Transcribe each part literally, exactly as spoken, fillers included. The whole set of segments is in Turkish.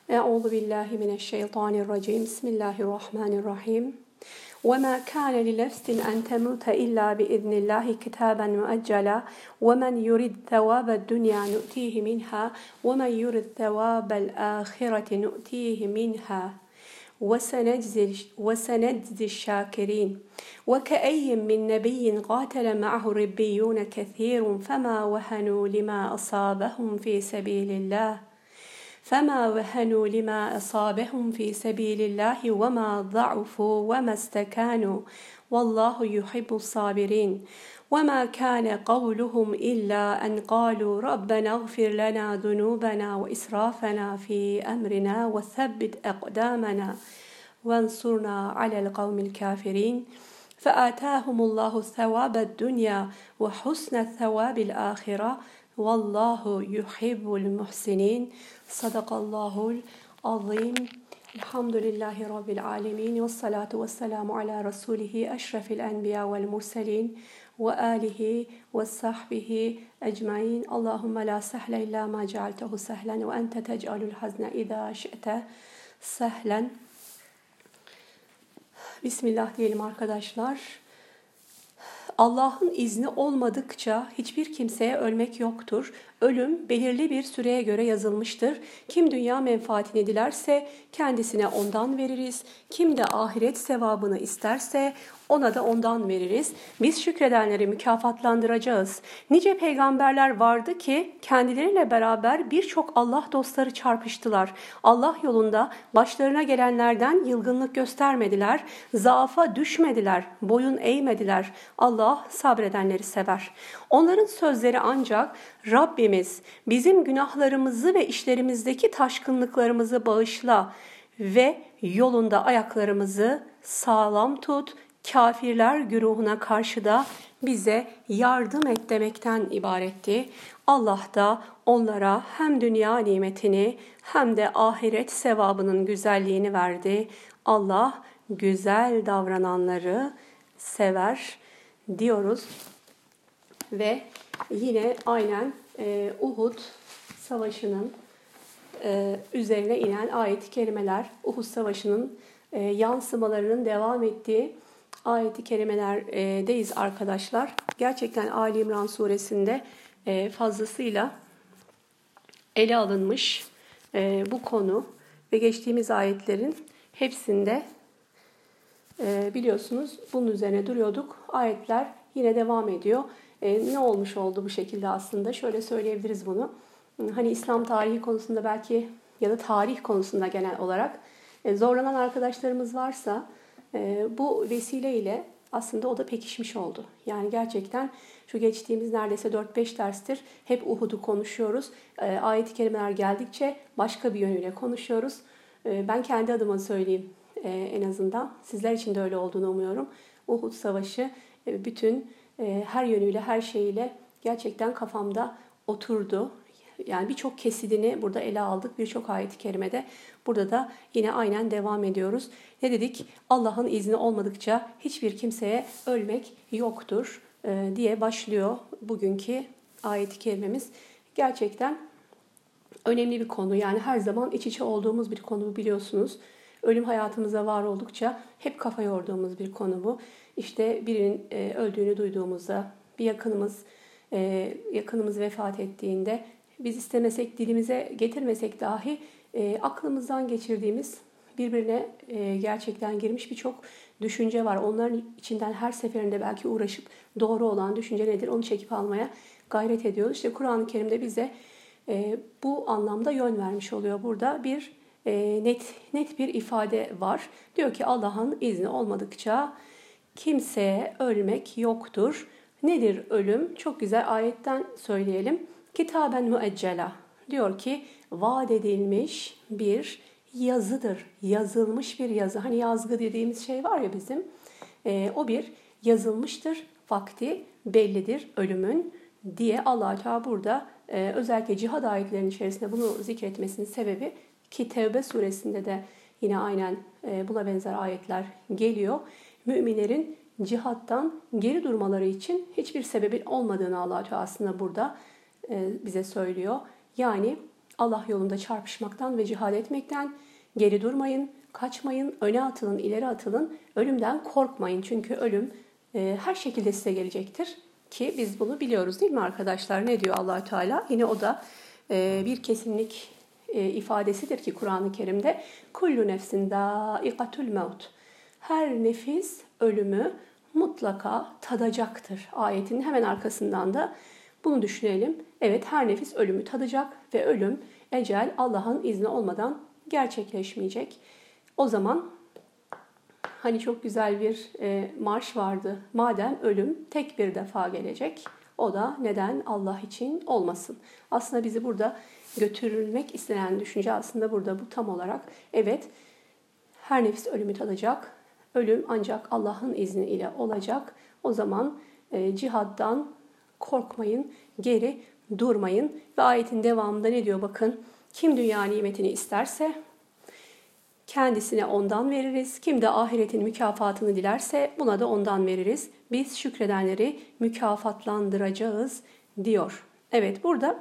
Euzu billahi mineşşeytanirracim. Bismillahirrahmanirrahim. وَمَا كَانَ لِنَفْسٍ أَنْ تَمُوتَ إِلَّا بِإِذْنِ اللَّهِ كِتَابًا مُؤَجَّلًا وَمَنْ يُرِدْ ثَوَابَ الدُّنْيَا نُؤْتِيهِ مِنْهَا وَمَنْ يُرِدْ ثَوَابَ الْآخِرَةِ نُؤْتِيهِ مِنْهَا وَسَنَجْزِي الشَّاكِرِينَ وَكَأَيٍّ مِّن نَّبِيٍّ قَاتَلَ مَعَهُ رِبِّيُّونَ كَثِيرٌ فَمَا وَهَنُوا لِمَا أَصَابَهُمْ فِي سَبِيلِ اللَّهِ فَمَا وَهَنُوا لِمَا أَصَابَهُمْ فِي سَبِيلِ اللَّهِ وَمَا ضَعُفُوا وَمَا اسْتَكَانُوا وَاللَّهُ يُحِبُّ الصَّابِرِينَ وَمَا كَانَ قَوْلُهُمْ إِلَّا أَنْ قَالُوا رَبَّنَا اغْفِرْ لَنَا ذُنُوبَنَا وَإِسْرَافَنَا فِي أَمْرِنَا وَثَبِّتْ أَقْدَامَنَا وَانصُرْنَا عَلَى الْقَوْمِ الْكَافِرِينَ فَآتَاهُمُ اللَّهُ ثَوَابَ الدُّنْيَا وَحُسْنَ ثَوَابِ الْآخِرَةِ Vallahu yuhibbul muhsinin. Sadakallahul azim. Elhamdülillahi rabbil alamin. Ves salatu vesselamu ala rasulihi eşrefil enbiya vel murselin ve alihi ve sahbihi ecmaîn. Allahumme la sehle illa ma cealtehu sehlen ve ente tec'alul hazne idâ şi'te sehlen. Bismillah diyelim arkadaşlar. Allah'ın izni olmadıkça hiçbir kimseye ölmek yoktur. Ölüm belirli bir süreye göre yazılmıştır. Kim dünya menfaatini dilerse kendisine ondan veririz. Kim de ahiret sevabını isterse ona da ondan veririz. Biz şükredenleri mükafatlandıracağız. Nice peygamberler vardı ki kendileriyle beraber birçok Allah dostları çarpıştılar. Allah yolunda başlarına gelenlerden yılgınlık göstermediler. Zaafa düşmediler, boyun eğmediler. Allah sabredenleri sever. Onların sözleri ancak Rabbimiz bizim günahlarımızı ve işlerimizdeki taşkınlıklarımızı bağışla ve yolunda ayaklarımızı sağlam tut, kafirler güruhuna karşı da bize yardım et demekten ibaretti. Allah da onlara hem dünya nimetini hem de ahiret sevabının güzelliğini verdi. Allah güzel davrananları sever diyoruz. Ve yine aynen e, Uhud Savaşı'nın e, üzerine inen ayet-i kerimeler, Uhud Savaşı'nın e, yansımalarının devam ettiği ayet-i kerimelerdeyiz arkadaşlar. Gerçekten Ali İmran suresinde e, fazlasıyla ele alınmış e, bu konu ve geçtiğimiz ayetlerin hepsinde e, biliyorsunuz bunun üzerine duruyorduk. Ayetler yine devam ediyor. E, ne olmuş oldu bu şekilde aslında? Şöyle söyleyebiliriz bunu. Hani İslam tarihi konusunda belki ya da tarih konusunda genel olarak e, zorlanan arkadaşlarımız varsa e, bu vesileyle aslında o da pekişmiş oldu. Yani gerçekten şu geçtiğimiz neredeyse dört beş derstir hep Uhud'u konuşuyoruz. E, ayet-i kerimeler geldikçe başka bir yönüyle konuşuyoruz. E, ben kendi adıma söyleyeyim e, en azından. Sizler için de öyle olduğunu umuyorum. Uhud Savaşı e, bütün e, her yönüyle, her şeyiyle gerçekten kafamda oturdu. Yani birçok kesidini burada ele aldık. Birçok ayet-i kerimede. Burada da yine aynen devam ediyoruz. Ne dedik? Allah'ın izni olmadıkça hiçbir kimseye ölmek yoktur e, diye başlıyor bugünkü ayet-i kerimemiz. Gerçekten önemli bir konu. Yani her zaman iç içe olduğumuz bir konu biliyorsunuz. Ölüm hayatımıza var oldukça hep kafa yorduğumuz bir konu bu. İşte birinin e, öldüğünü duyduğumuzda, bir yakınımız e, yakınımız vefat ettiğinde biz istemesek, dilimize getirmesek dahi e, aklımızdan geçirdiğimiz birbirine e, gerçekten girmiş birçok düşünce var. Onların içinden her seferinde belki uğraşıp doğru olan düşünce nedir onu çekip almaya gayret ediyoruz. İşte Kur'an-ı Kerim'de bize e, bu anlamda yön vermiş oluyor. Burada bir e, net net bir ifade var. Diyor ki Allah'ın izni olmadıkça kimseye ölmek yoktur. Nedir ölüm? Çok güzel ayetten söyleyelim. Kitaben müeccela. Diyor ki vaat edilmiş bir yazıdır. Yazılmış bir yazı. Hani yazgı dediğimiz şey var ya bizim. E, o bir yazılmıştır. Vakti bellidir ölümün diye Allah-u Teala burada e, özellikle cihad ayetlerinin içerisinde bunu zikretmesinin sebebi ki Tevbe suresinde de yine aynen e, buna benzer ayetler geliyor. Müminlerin cihattan geri durmaları için hiçbir sebebin olmadığını Allah-u Teala aslında burada bize söylüyor. Yani Allah yolunda çarpışmaktan ve cihad etmekten geri durmayın, kaçmayın, öne atılın, ileri atılın, ölümden korkmayın. Çünkü ölüm e, her şekilde size gelecektir ki biz bunu biliyoruz değil mi arkadaşlar? Ne diyor Allah Teala? Yine o da e, bir kesinlik e, ifadesidir ki Kur'an-ı Kerim'de kullu nefsin dâikatul mevt. Her nefis ölümü mutlaka tadacaktır. Ayetin hemen arkasından da bunu düşünelim. Evet, her nefis ölümü tadacak ve ölüm, ecel Allah'ın izni olmadan gerçekleşmeyecek. O zaman hani çok güzel bir e, marş vardı. Madem ölüm tek bir defa gelecek, o da neden Allah için olmasın? Aslında bizi burada götürülmek istenen düşünce aslında burada bu tam olarak. Evet, her nefis ölümü tadacak. Ölüm ancak Allah'ın izniyle olacak. O zaman e, cihaddan korkmayın, geri durmayın. Ve ayetin devamında ne diyor bakın. Kim dünya nimetini isterse kendisine ondan veririz. Kim de ahiretin mükafatını dilerse buna da ondan veririz. Biz şükredenleri mükafatlandıracağız diyor. Evet, burada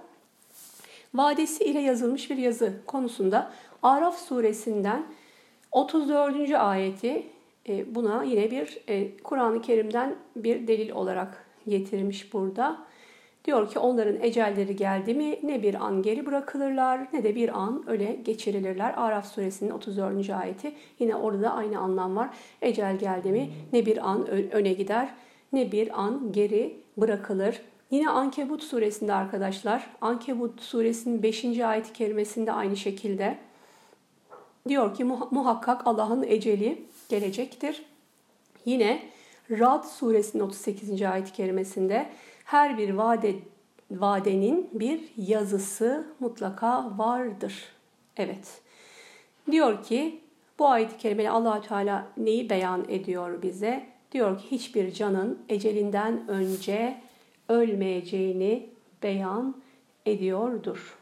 vadesi ile yazılmış bir yazı konusunda Araf suresinden otuz dördüncü ayeti buna yine bir Kur'an-ı Kerim'den bir delil olarak getirmiş burada. Diyor ki onların ecelleri geldi mi ne bir an geri bırakılırlar ne de bir an öyle geçirilirler. Araf suresinin otuz dördüncü ayeti, yine orada da aynı anlam var. Ecel geldi mi ne bir an öne gider ne bir an geri bırakılır. Yine Ankebut suresinde arkadaşlar, Ankebut suresinin beşinci ayet-i kerimesinde aynı şekilde diyor ki muhakkak Allah'ın eceli gelecektir. Yine Ra'd suresinin otuz sekizinci ayet-i kerimesinde her bir vade, vadenin bir yazısı mutlaka vardır. Evet. Diyor ki bu ayet-i kerimede Allah-u Teala neyi beyan ediyor bize? Diyor ki hiçbir canın ecelinden önce ölmeyeceğini beyan ediyordur.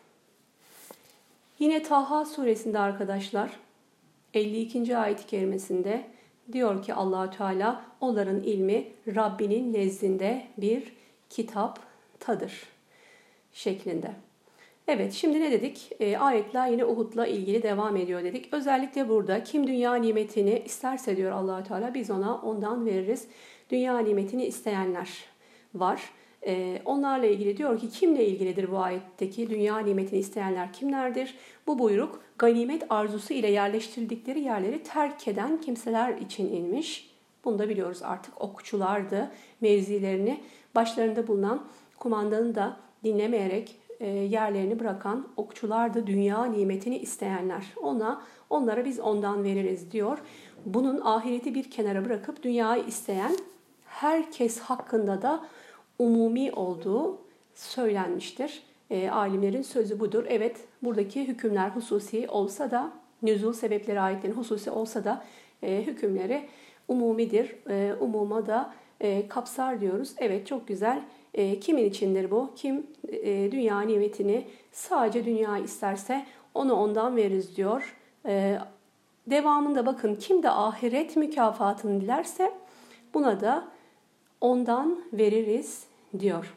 Yine Taha suresinde arkadaşlar elli ikinci ayet-i kerimesinde diyor ki Allah-u Teala onların ilmi Rabbinin nezdinde bir kitaptadır şeklinde. Evet, şimdi ne dedik? E, ayetler yine Uhud'la ilgili devam ediyor dedik. Özellikle burada kim dünya nimetini isterse diyor Allah-u Teala biz ona ondan veririz. Dünya nimetini isteyenler var. E, onlarla ilgili diyor ki kimle ilgilidir bu ayetteki dünya nimetini isteyenler kimlerdir? Bu buyruk ganimet arzusu ile yerleştirildikleri yerleri terk eden kimseler için inmiş. Bunu da biliyoruz artık okçulardı. Mevzilerini başlarında bulunan kumandanı da dinlemeyerek e, yerlerini bırakan okçulardı, dünya nimetini isteyenler. Ona, onlara biz ondan veririz diyor. Bunun ahireti bir kenara bırakıp dünyayı isteyen herkes hakkında da umumi olduğu söylenmiştir. E, alimlerin sözü budur. Evet, buradaki hükümler hususi olsa da, nüzul sebepleri ayetlerin hususi olsa da e, hükümleri umumidir. E, umuma da e, kapsar diyoruz. Evet, çok güzel. E, kimin içindir bu? Kim e, dünya nimetini sadece dünya isterse onu ondan veririz diyor. E, devamında bakın kim de ahiret mükafatını dilerse buna da ondan veririz diyor.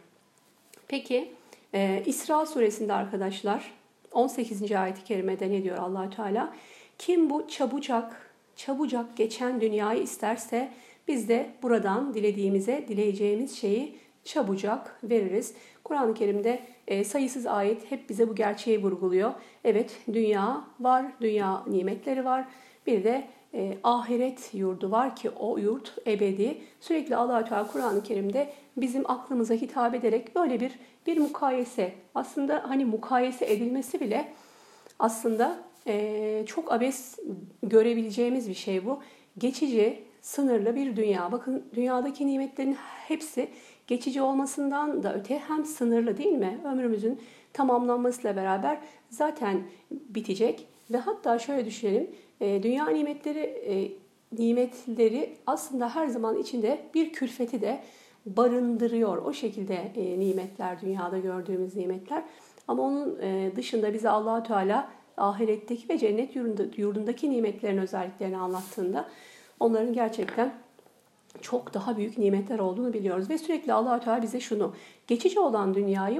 Peki e, İsra suresinde arkadaşlar on sekizinci ayet-i kerimede ne diyor Allah Teala? Kim bu çabucak çabucak geçen dünyayı isterse biz de buradan dilediğimize dileyeceğimiz şeyi çabucak veririz. Kur'an-ı Kerim'de e, sayısız ayet hep bize bu gerçeği vurguluyor. Evet, dünya var, dünya nimetleri var. Bir de e, ahiret yurdu var ki o yurt ebedi. Sürekli Allah-u Teala Kur'an-ı Kerim'de bizim aklımıza hitap ederek böyle bir bir mukayese, aslında hani mukayese edilmesi bile aslında e, çok abes görebileceğimiz bir şey bu. Geçici, sınırlı bir dünya. Bakın dünyadaki nimetlerin hepsi geçici olmasından da öte hem sınırlı değil mi? Ömrümüzün tamamlanmasıyla beraber zaten bitecek ve hatta şöyle düşünelim. E, dünya nimetleri e, nimetleri aslında her zaman içinde bir külfeti de barındırıyor. O şekilde e, nimetler, dünyada gördüğümüz nimetler. Ama onun e, dışında bize Allah-u Teala ahiretteki ve cennet yurdunda, yurdundaki nimetlerin özelliklerini anlattığında onların gerçekten çok daha büyük nimetler olduğunu biliyoruz. Ve sürekli Allah-u Teala bize şunu, geçici olan dünyayı mı,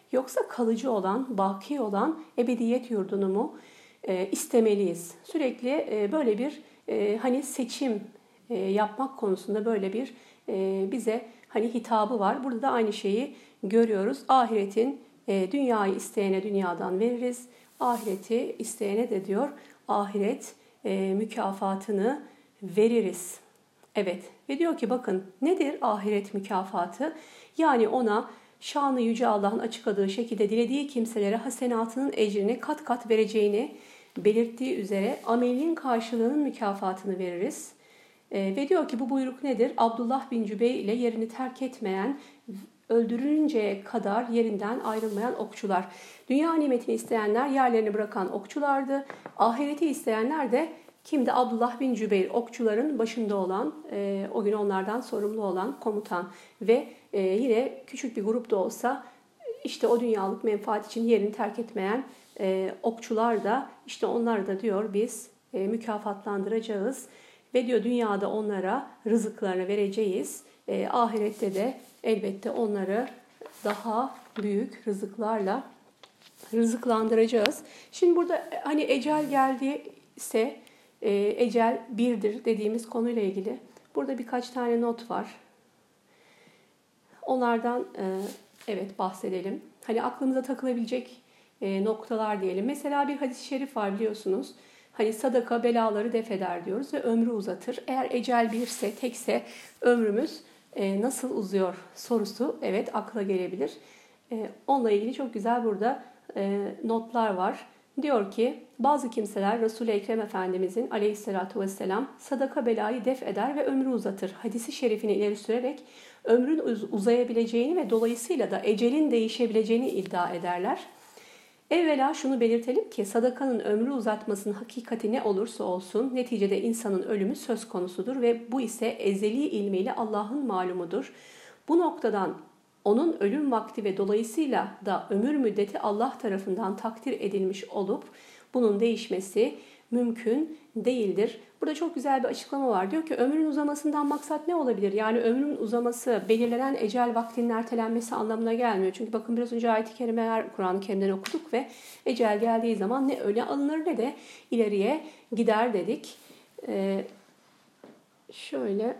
yoksa kalıcı olan, baki olan ebediyet yurdunu mu e, istemeliyiz? Sürekli e, böyle bir e, hani seçim e, yapmak konusunda böyle bir e, bize hani hitabı var. Burada da aynı şeyi görüyoruz. Ahiretin e, dünyayı isteyene dünyadan veririz. Ahireti isteyene de diyor ahiret e, mükafatını veririz. Evet ve diyor ki bakın nedir ahiret mükafatı? Yani ona şanı yüce Allah'ın açıkladığı şekilde dilediği kimselere hasenatının ecrini kat kat vereceğini belirttiği üzere amelinin karşılığının mükafatını veririz. E, ve diyor ki bu buyruk nedir? Abdullah bin Cübeyr ile yerini terk etmeyen, öldürülünceye kadar yerinden ayrılmayan okçular. Dünya nimetini isteyenler yerlerini bırakan okçulardı. Ahireti isteyenler de kimdi? Abdullah bin Cübeyr, okçuların başında olan, e, o gün onlardan sorumlu olan komutan. Ve e, yine küçük bir grup da olsa işte o dünyalık menfaat için yerini terk etmeyen e, okçular da işte onlar da diyor biz e, mükafatlandıracağız. Ve diyor dünyada onlara rızıklarını vereceğiz. E, ahirette de elbette onları daha büyük rızıklarla rızıklandıracağız. Şimdi burada hani ecel geldiyse e, ecel birdir dediğimiz konuyla ilgili burada birkaç tane not var. Onlardan e, evet bahsedelim. Hani aklımıza takılabilecek e, noktalar diyelim. Mesela bir hadis-i şerif var biliyorsunuz. Hani sadaka belaları def eder diyoruz ve ömrü uzatır. Eğer ecel birse, tekse ömrümüz e, nasıl uzuyor sorusu evet akla gelebilir. E, onunla ilgili çok güzel burada e, notlar var. Diyor ki bazı kimseler Resul-i Ekrem Efendimizin aleyhissalatu vesselam sadaka belayı def eder ve ömrü uzatır. Hadisi şerifini ileri sürerek ömrün uzayabileceğini ve dolayısıyla da ecelin değişebileceğini iddia ederler. Evvela şunu belirtelim ki sadakanın ömrü uzatmasının hakikati ne olursa olsun neticede insanın ölümü söz konusudur ve bu ise ezeli ilmiyle Allah'ın malumudur. Bu noktadan onun ölüm vakti ve dolayısıyla da ömür müddeti Allah tarafından takdir edilmiş olup bunun değişmesi mümkün değildir. Burada çok güzel bir açıklama var. Diyor ki ömrün uzamasından maksat ne olabilir? Yani ömrün uzaması belirlenen ecel vaktinin ertelenmesi anlamına gelmiyor. Çünkü bakın biraz önce ayet-i kerimeler Kur'an-ı Kerim'den okuduk ve ecel geldiği zaman ne öne alınır ne de ileriye gider dedik. Ee, şöyle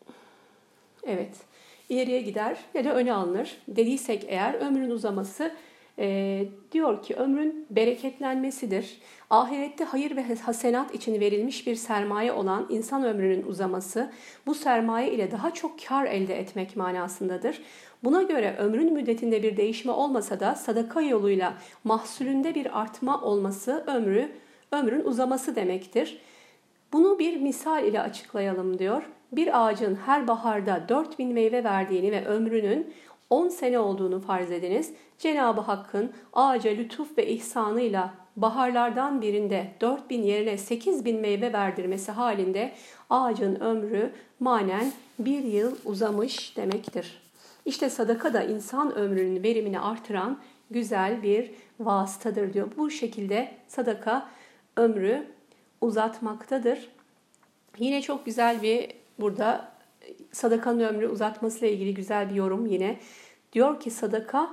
evet ileriye gider ya da öne alınır dediysek eğer ömrün uzaması e, diyor ki ömrün bereketlenmesidir. Ahirette hayır ve hasenat için verilmiş bir sermaye olan insan ömrünün uzaması bu sermaye ile daha çok kar elde etmek manasındadır. Buna göre ömrün müddetinde bir değişme olmasa da sadaka yoluyla mahsulünde bir artma olması ömrü ömrün uzaması demektir. Bunu bir misal ile açıklayalım diyor. Bir ağacın her baharda dört bin meyve verdiğini ve ömrünün on sene olduğunu farz ediniz. Cenab-ı Hakk'ın ağaca lütuf ve ihsanıyla baharlardan birinde dört bin yerine sekiz bin meyve verdirmesi halinde ağacın ömrü manen bir yıl uzamış demektir. İşte sadaka da insan ömrünün verimini artıran güzel bir vasıtadır diyor. Bu şekilde sadaka ömrü uzatmaktadır. Yine çok güzel bir burada sadakanın ömrü uzatmasıyla ilgili güzel bir yorum yine. Diyor ki sadaka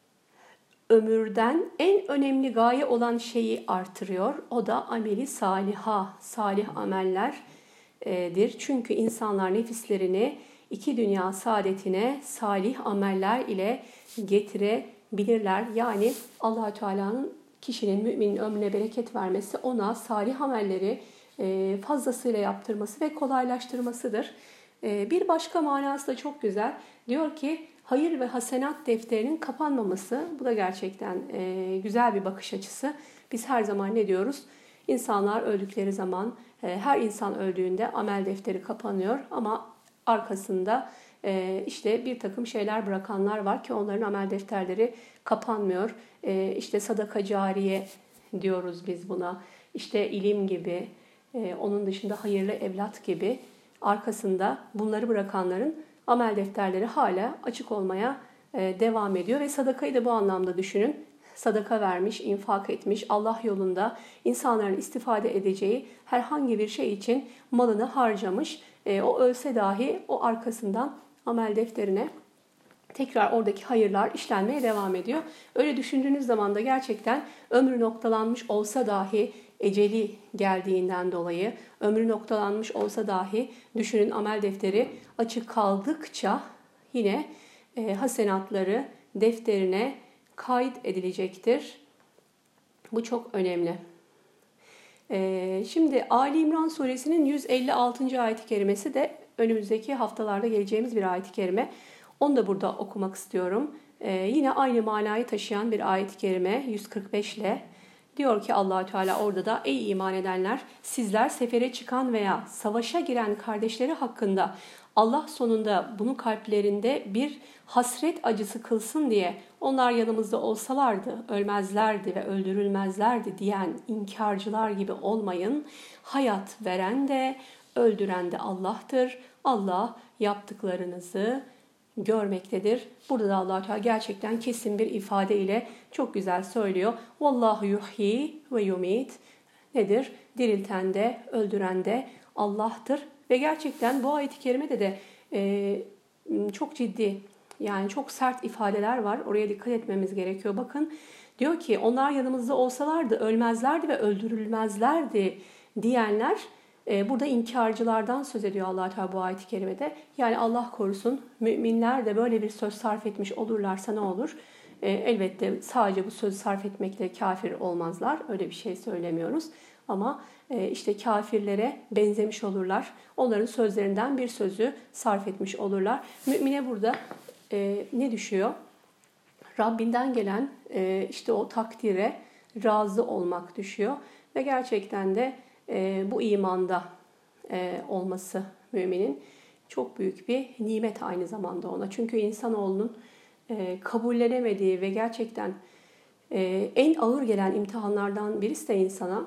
ömürden en önemli gaye olan şeyi artırıyor. O da ameli saliha, salih amellerdir. Çünkü insanlar nefislerini iki dünya saadetine salih ameller ile getirebilirler. Yani Allah-u Teala'nın kişinin, müminin ömrüne bereket vermesi, ona salih amelleri fazlasıyla yaptırması ve kolaylaştırmasıdır. Bir başka manası da çok güzel. Diyor ki hayır ve hasenat defterinin kapanmaması. Bu da gerçekten güzel bir bakış açısı. Biz her zaman ne diyoruz? İnsanlar öldükleri zaman, her insan öldüğünde amel defteri kapanıyor. Ama arkasında işte bir takım şeyler bırakanlar var ki onların amel defterleri kapanmıyor. İşte sadaka cariye diyoruz biz buna. İşte ilim gibi, onun dışında hayırlı evlat gibi arkasında bunları bırakanların amel defterleri hala açık olmaya devam ediyor. Ve sadakayı da bu anlamda düşünün. Sadaka vermiş, infak etmiş, Allah yolunda insanların istifade edeceği herhangi bir şey için malını harcamış. O ölse dahi o arkasından amel defterine tekrar oradaki hayırlar işlenmeye devam ediyor. Öyle düşündüğünüz zaman da gerçekten ömrü noktalanmış olsa dahi, eceli geldiğinden dolayı ömrü noktalanmış olsa dahi düşünün, amel defteri açık kaldıkça yine e, hasenatları defterine kayıt edilecektir. Bu çok önemli. E, şimdi Ali İmran suresinin yüz elli altıncı ayet-i kerimesi de önümüzdeki haftalarda geleceğimiz bir ayet-i kerime. Onu da burada okumak istiyorum. Ee, yine aynı manayı taşıyan bir ayet-i kerime yüz kırk beş ile diyor ki Allah-u Teala orada da ey iman edenler, sizler sefere çıkan veya savaşa giren kardeşleri hakkında Allah sonunda bunu kalplerinde bir hasret acısı kılsın diye onlar yanımızda olsalardı ölmezlerdi ve öldürülmezlerdi diyen inkarcılar gibi olmayın. Hayat veren de öldüren de Allah'tır. Allah yaptıklarınızı görmektedir. Burada da Allah Teala gerçekten kesin bir ifade ile çok güzel söylüyor. Vallahu yuhyi ve yumit. Nedir? Dirilten de, öldüren de Allah'tır. Ve gerçekten bu ayet-i kerimede de e, çok ciddi, yani çok sert ifadeler var. Oraya dikkat etmemiz gerekiyor. Bakın diyor ki onlar yanımızda olsalardı ölmezlerdi ve öldürülmezlerdi diyenler, burada inkarcılardan söz ediyor Allah Teala bu ayet-i kerimede. Yani Allah korusun, müminler de böyle bir söz sarf etmiş olurlarsa ne olur? E, elbette sadece bu sözü sarf etmekle kafir olmazlar. Öyle bir şey söylemiyoruz. Ama e, işte kafirlere benzemiş olurlar. Onların sözlerinden bir sözü sarf etmiş olurlar. Mümine burada e, ne düşüyor? Rabbinden gelen e, işte o takdire razı olmak düşüyor. Ve gerçekten de E, bu imanda e, olması müminin çok büyük bir nimet aynı zamanda ona. Çünkü insanoğlunun e, kabullenemediği ve gerçekten e, en ağır gelen imtihanlardan birisi de insana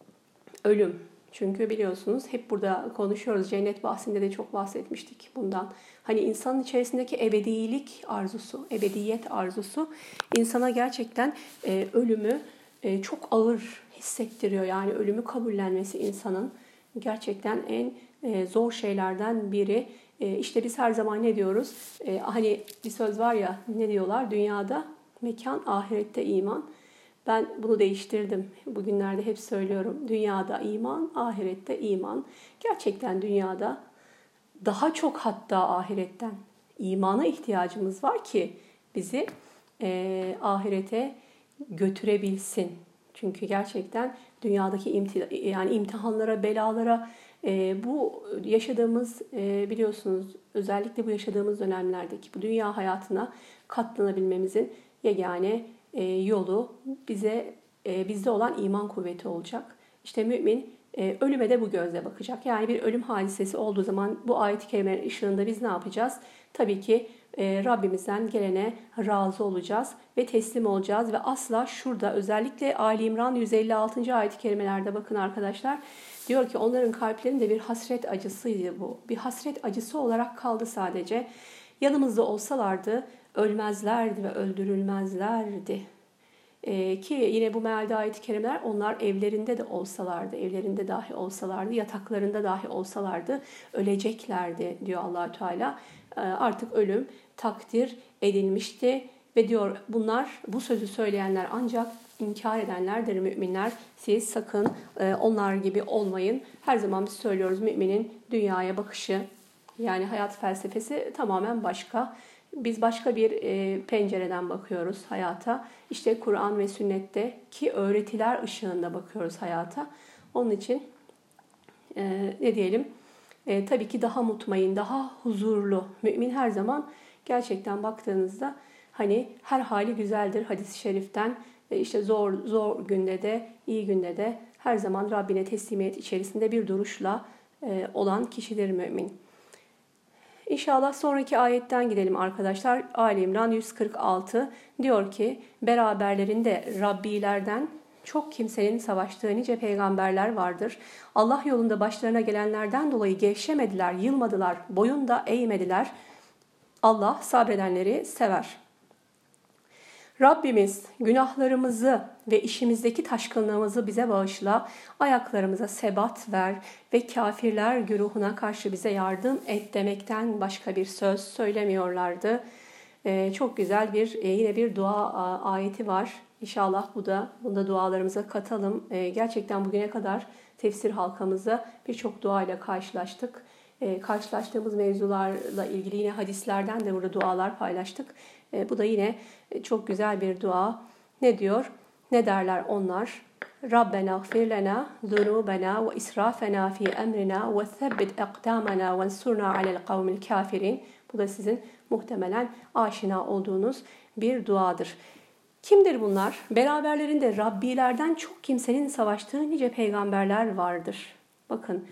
ölüm. Çünkü biliyorsunuz hep burada konuşuyoruz. Cennet bahsinde de çok bahsetmiştik bundan. Hani insanın içerisindeki ebedilik arzusu, ebediyet arzusu insana gerçekten e, ölümü e, çok ağır hissettiriyor. Yani ölümü kabullenmesi insanın gerçekten en e, zor şeylerden biri. E, işte biz her zaman ne diyoruz? E, hani bir söz var ya, ne diyorlar? Dünyada mekan, ahirette iman. Ben bunu değiştirdim. Bugünlerde hep söylüyorum. Dünyada iman, ahirette iman. Gerçekten dünyada daha çok, hatta ahiretten imana ihtiyacımız var ki bizi e, ahirete götürebilsin. Çünkü gerçekten dünyadaki imti- yani imtihanlara, belalara, e, bu yaşadığımız e, biliyorsunuz özellikle bu yaşadığımız dönemlerdeki bu dünya hayatına katlanabilmemizin yegane e, yolu bize e, bizde olan iman kuvveti olacak. İşte mümin e, ölüme de bu gözle bakacak. Yani bir ölüm hadisesi olduğu zaman bu ayet-i kerimenin ışığında biz ne yapacağız? Tabii ki e, Rabbimizden gelene razı olacağız ve teslim olacağız ve asla şurada özellikle Ali İmran yüz elli altıncı ayet-i kerimelerde bakın arkadaşlar, diyor ki onların kalplerinde bir hasret acısıydı bu. Bir hasret acısı olarak kaldı sadece. Yanımızda olsalardı ölmezlerdi ve öldürülmezlerdi. Ee, ki yine bu mealde ayet-i kerimeler onlar evlerinde de olsalardı, evlerinde dahi olsalardı, yataklarında dahi olsalardı öleceklerdi diyor Allah-u Teala. Ee, artık ölüm takdir edilmişti ve diyor bunlar, bu sözü söyleyenler ancak inkar edenlerdir müminler. Siz sakın e, onlar gibi olmayın. Her zaman biz söylüyoruz, müminin dünyaya bakışı, yani hayat felsefesi tamamen başka. Biz başka bir e, pencereden bakıyoruz hayata. İşte Kur'an ve sünnetteki öğretiler ışığında bakıyoruz hayata. Onun için e, ne diyelim? E, tabii ki daha mutmain, daha huzurlu. Mümin her zaman gerçekten baktığınızda hani her hali güzeldir hadis-i şeriften. E, işte zor zor günde de, iyi günde de her zaman Rabbine teslimiyet içerisinde bir duruşla e, olan kişidir mümin. İnşallah sonraki ayetten gidelim arkadaşlar. Ali İmran yüz kırk altı diyor ki beraberlerinde Rabbilerden çok kimsenin savaştığı nice peygamberler vardır. Allah yolunda başlarına gelenlerden dolayı gevşemediler, yılmadılar, boyun da eğmediler. Allah sabredenleri sever. Rabbimiz günahlarımızı ve işimizdeki taşkınlığımızı bize bağışla, ayaklarımıza sebat ver ve kafirler güruhuna karşı bize yardım et demekten başka bir söz söylemiyorlardı. Ee, çok güzel bir e, yine bir dua a, ayeti var. İnşallah bu da bunda dualarımıza katalım. Ee, gerçekten bugüne kadar tefsir halkamızda birçok dua ile karşılaştık. Ee, karşılaştığımız mevzularla ilgili yine hadislerden de burada dualar paylaştık. Ee, bu da yine çok güzel bir dua. Ne diyor? Ne derler onlar? Rabbena gfir lena zunubena ve israfena fi emrina ve thabbit aqdamana ve ensurna alel kavmil kafirin. Bu da sizin muhtemelen aşina olduğunuz bir duadır. Kimdir bunlar? Beraberlerinde Rabbilerden çok kimsenin savaştığı nice peygamberler vardır. Bakın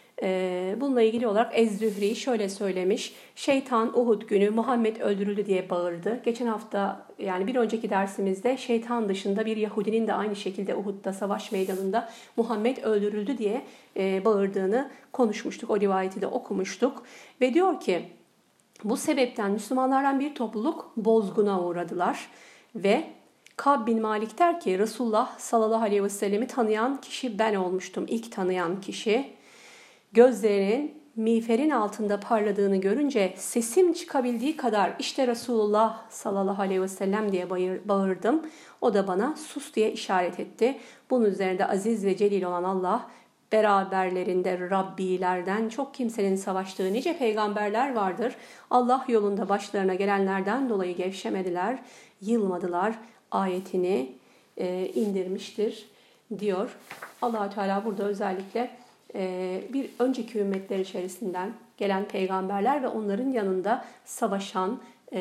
bununla ilgili olarak Ez-Zühri şöyle söylemiş. Şeytan Uhud günü Muhammed öldürüldü diye bağırdı. Geçen hafta yani bir önceki dersimizde şeytan dışında bir Yahudinin de aynı şekilde Uhud'da savaş meydanında Muhammed öldürüldü diye bağırdığını konuşmuştuk. O rivayeti de okumuştuk. Ve diyor ki bu sebepten Müslümanlardan bir topluluk bozguna uğradılar. Ve Kab bin Malik der ki Resulullah sallallahu aleyhi ve sellem'i tanıyan kişi ben olmuştum. İlk tanıyan kişi. Gözlerinin miğferin altında parladığını görünce sesim çıkabildiği kadar işte Resulullah sallallahu aleyhi ve sellem diye bağırdım. O da bana sus diye işaret etti. Bunun üzerinde aziz ve celil olan Allah beraberlerinde Rabbilerden çok kimsenin savaştığı nice peygamberler vardır. Allah yolunda başlarına gelenlerden dolayı gevşemediler, yılmadılar ayetini e, indirmiştir diyor. Allah-u Teala burada özellikle bir önceki ümmetler içerisinden gelen peygamberler ve onların yanında savaşan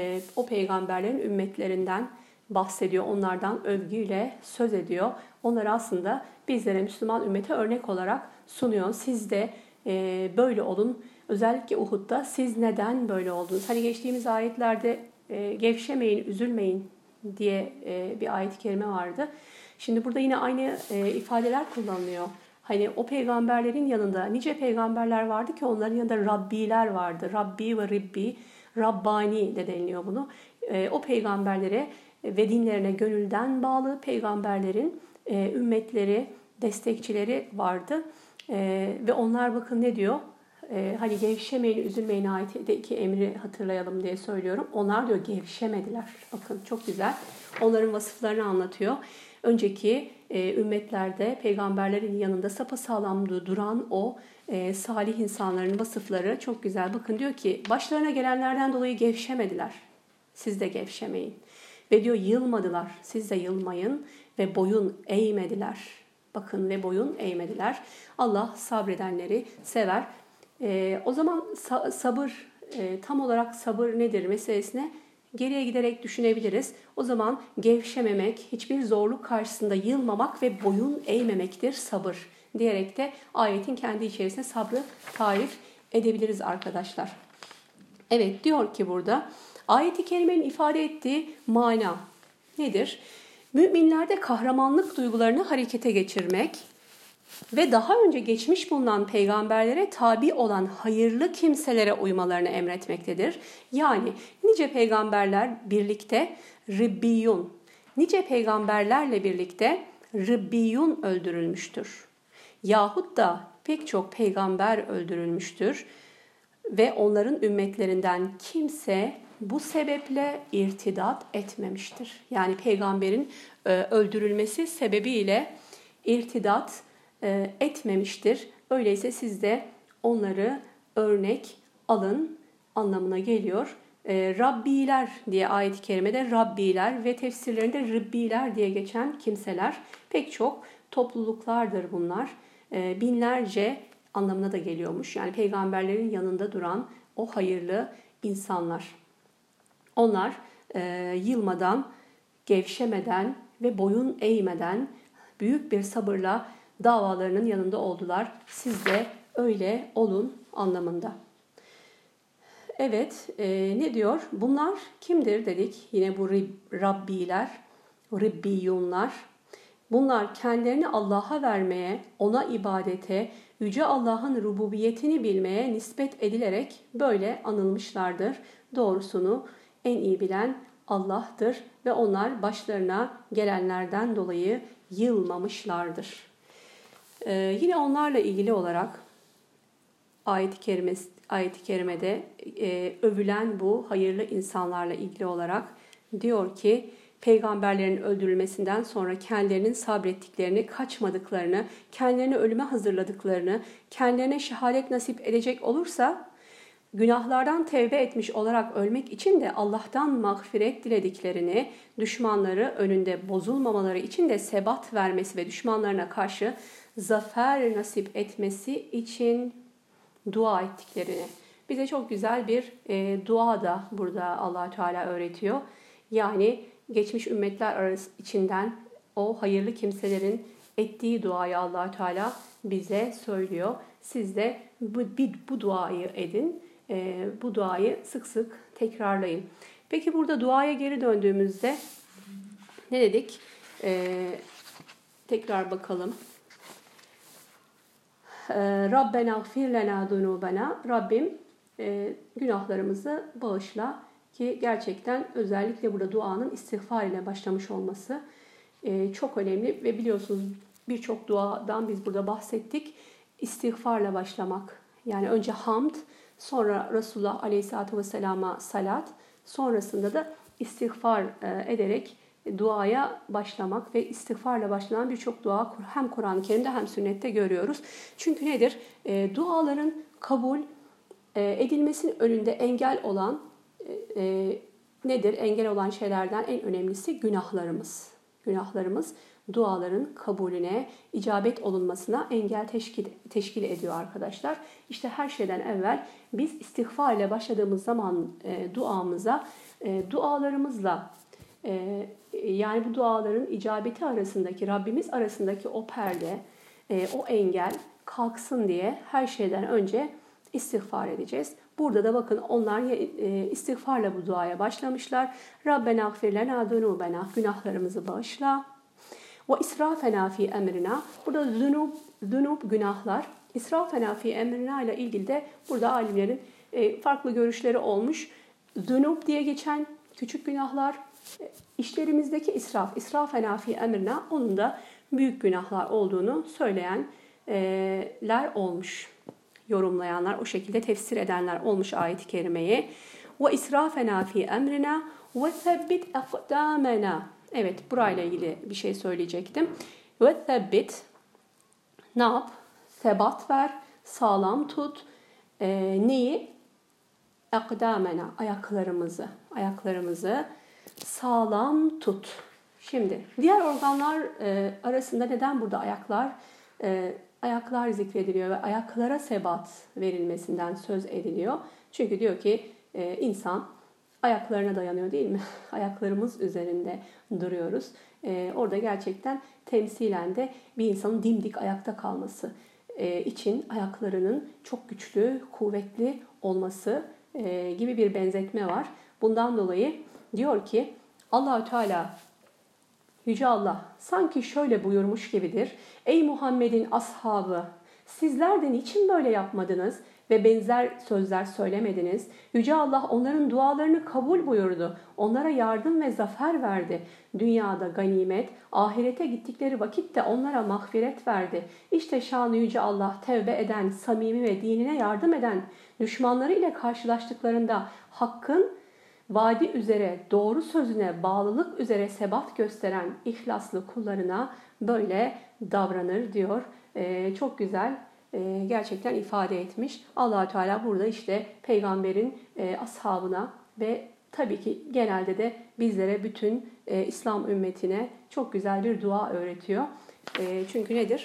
o peygamberlerin ümmetlerinden bahsediyor. Onlardan övgüyle söz ediyor. Onları aslında bizlere Müslüman ümmete örnek olarak sunuyor. Siz de böyle olun. Özellikle Uhud'da siz neden böyle oldunuz? Hani geçtiğimiz ayetlerde gevşemeyin, üzülmeyin diye bir ayet-i kerime vardı. Şimdi burada yine aynı ifadeler kullanılıyor. Hani o peygamberlerin yanında nice peygamberler vardı ki onların yanında Rabbiler vardı. Rabbi ve Ribbi, Rabbani de deniliyor bunu. E, o peygamberlere ve dinlerine gönülden bağlı peygamberlerin e, ümmetleri, destekçileri vardı. E, ve onlar bakın ne diyor? E, hani gevşemeyin, üzülmeyin ayetindeki emri hatırlayalım diye söylüyorum. Onlar diyor gevşemediler. Bakın çok güzel. Onların vasıflarını anlatıyor. Önceki e, ümmetlerde peygamberlerin yanında sapasağlam duran o e, salih insanların vasıfları çok güzel. Bakın diyor ki başlarına gelenlerden dolayı gevşemediler. Siz de gevşemeyin. Ve diyor yılmadılar. Siz de yılmayın ve boyun eğmediler. Bakın ve boyun eğmediler. Allah sabredenleri sever. E, o zaman sa- sabır e, tam olarak sabır nedir meselesine geriye giderek düşünebiliriz. O zaman gevşememek, hiçbir zorluk karşısında yılmamak ve boyun eğmemektir sabır diyerek de ayetin kendi içerisinde sabrı tarif edebiliriz arkadaşlar. Evet diyor ki burada ayet-i kerimenin ifade ettiği mana nedir? Müminlerde kahramanlık duygularını harekete geçirmek ve daha önce geçmiş bulunan peygamberlere tabi olan hayırlı kimselere uymalarını emretmektedir. Yani nice peygamberler birlikte Ribbiyun, nice peygamberlerle birlikte Ribbiyun öldürülmüştür. Yahut da pek çok peygamber öldürülmüştür ve onların ümmetlerinden kimse bu sebeple irtidat etmemiştir. Yani peygamberin öldürülmesi sebebiyle irtidat etmemiştir. Öyleyse siz de onları örnek alın anlamına geliyor. Rabbiler diye ayet-i kerimede Rabbiler ve tefsirlerinde Ribbiler diye geçen kimseler pek çok topluluklardır bunlar. Binlerce anlamına da geliyormuş. Yani peygamberlerin yanında duran o hayırlı insanlar. Onlar yılmadan, gevşemeden ve boyun eğmeden büyük bir sabırla davalarının yanında oldular. Siz de öyle olun anlamında. Evet, e, ne diyor? Bunlar kimdir dedik? Yine bu Rabbiler, Ribbiyunlar. Bunlar kendilerini Allah'a vermeye, ona ibadete, Yüce Allah'ın rububiyetini bilmeye nispet edilerek böyle anılmışlardır. Doğrusunu en iyi bilen Allah'tır ve onlar başlarına gelenlerden dolayı yılmamışlardır. Ee, yine onlarla ilgili olarak ayet-i kerimesi, ayet-i kerimede e, övülen bu hayırlı insanlarla ilgili olarak diyor ki, peygamberlerin öldürülmesinden sonra kendilerinin sabrettiklerini, kaçmadıklarını, kendilerini ölüme hazırladıklarını, kendilerine şehadet nasip edecek olursa günahlardan tevbe etmiş olarak ölmek için de Allah'tan mağfiret dilediklerini, düşmanları önünde bozulmamaları için de sebat vermesi ve düşmanlarına karşı zafer nasip etmesi için dua ettiklerini. Bize çok güzel bir e, dua da burada Allah Teala öğretiyor. Yani geçmiş ümmetler arası içinden o hayırlı kimselerin ettiği duayı Allah Teala bize söylüyor. Siz de bu, bir, bu duayı edin. E, bu duayı sık sık tekrarlayın. Peki burada duaya geri döndüğümüzde ne dedik? E, tekrar bakalım. Rabbena gfir lena zunubena. Rabbim e, günahlarımızı bağışla, ki gerçekten özellikle burada duanın istiğfar ile başlamış olması e, çok önemli ve biliyorsunuz birçok duadan biz burada bahsettik. İstiğfarla başlamak, yani önce hamd, sonra Resulullah Aleyhisselatü Vesselam'a salat, sonrasında da istiğfar e, ederek duaya başlamak ve istiğfarla başlanan birçok dua hem Kur'an-ı Kerim'de hem sünnette görüyoruz. Çünkü nedir? E, duaların kabul e, edilmesinin önünde engel olan e, nedir? Engel olan şeylerden en önemlisi günahlarımız. Günahlarımız duaların kabulüne, icabet olunmasına engel teşkil, teşkil ediyor arkadaşlar. İşte her şeyden evvel biz istiğfar ile başladığımız zaman e, duamıza, e, dualarımızla e, yani bu duaların icabeti arasındaki, Rabbimiz arasındaki o perde, e, o engel kalksın diye her şeyden önce istiğfar edeceğiz. Burada da bakın onlar e, istiğfarla bu duaya başlamışlar. Rabbena gfir lena zunubena, günahlarımızı bağışla. Ve israfena fi emrina. Burada zunub, zunub günahlar. İsrafena fi emrina ile ilgili de burada alimlerin e, farklı görüşleri olmuş. Zunub diye geçen küçük günahlar, işlerimizdeki israf, israfena fi emrina, onun da büyük günahlar olduğunu söyleyenler olmuş. Yorumlayanlar, o şekilde tefsir edenler olmuş ayet-i kerimeyi. Ve israfena fi emrina ve sebbit akdamena. Evet, burayla ilgili bir şey söyleyecektim. Ve sebbit, ne yap? Sebat ver, sağlam tut. E, neyi? Akdamena, ayaklarımızı. Ayaklarımızı sağlam tut. Şimdi diğer organlar e, arasında neden burada ayaklar e, ayaklar zikrediliyor ve ayaklara sebat verilmesinden söz ediliyor? Çünkü diyor ki e, insan ayaklarına dayanıyor, değil mi? Ayaklarımız üzerinde duruyoruz. E, orada gerçekten temsilen de bir insanın dimdik ayakta kalması e, için ayaklarının çok güçlü, kuvvetli olması e, gibi bir benzetme var. Bundan dolayı diyor ki Allah-u Teala, Yüce Allah sanki şöyle buyurmuş gibidir. Ey Muhammed'in ashabı, sizler de niçin böyle yapmadınız ve benzer sözler söylemediniz? Yüce Allah onların dualarını kabul buyurdu. Onlara yardım ve zafer verdi. Dünyada ganimet, ahirete gittikleri vakitte onlara mağfiret verdi. İşte şanı Yüce Allah tevbe eden, samimi ve dinine yardım eden, düşmanları ile karşılaştıklarında hakkın vaadi üzere, doğru sözüne bağlılık üzere sebat gösteren ihlaslı kullarına böyle davranır diyor. Ee, çok güzel e, gerçekten ifade etmiş. Allah-u Teala burada işte peygamberin e, ashabına ve tabii ki genelde de bizlere, bütün e, İslam ümmetine çok güzel bir dua öğretiyor. E, çünkü nedir?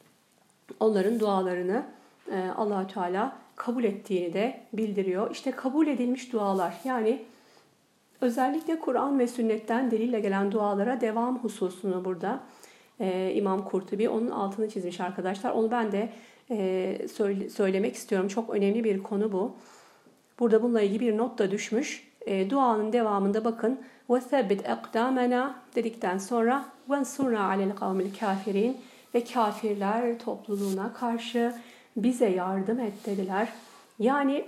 Onların dualarını e, Allah-u Teala kabul ettiğini de bildiriyor. İşte kabul edilmiş dualar, yani özellikle Kur'an ve sünnetten delille gelen dualara devam hususunu burada e, İmam Kurtubi onun altını çizmiş arkadaşlar. Onu ben de e, söyle, söylemek istiyorum. Çok önemli bir konu bu. Burada bununla ilgili bir not da düşmüş. E, duanın devamında bakın. وَثَبِّتْ اَقْدَامَنَا dedikten sonra وَنْصُرْنَا عَلَى الْقَوْمِ الْكَافِرِينَ ve kafirler topluluğuna karşı bize yardım et dediler. Yani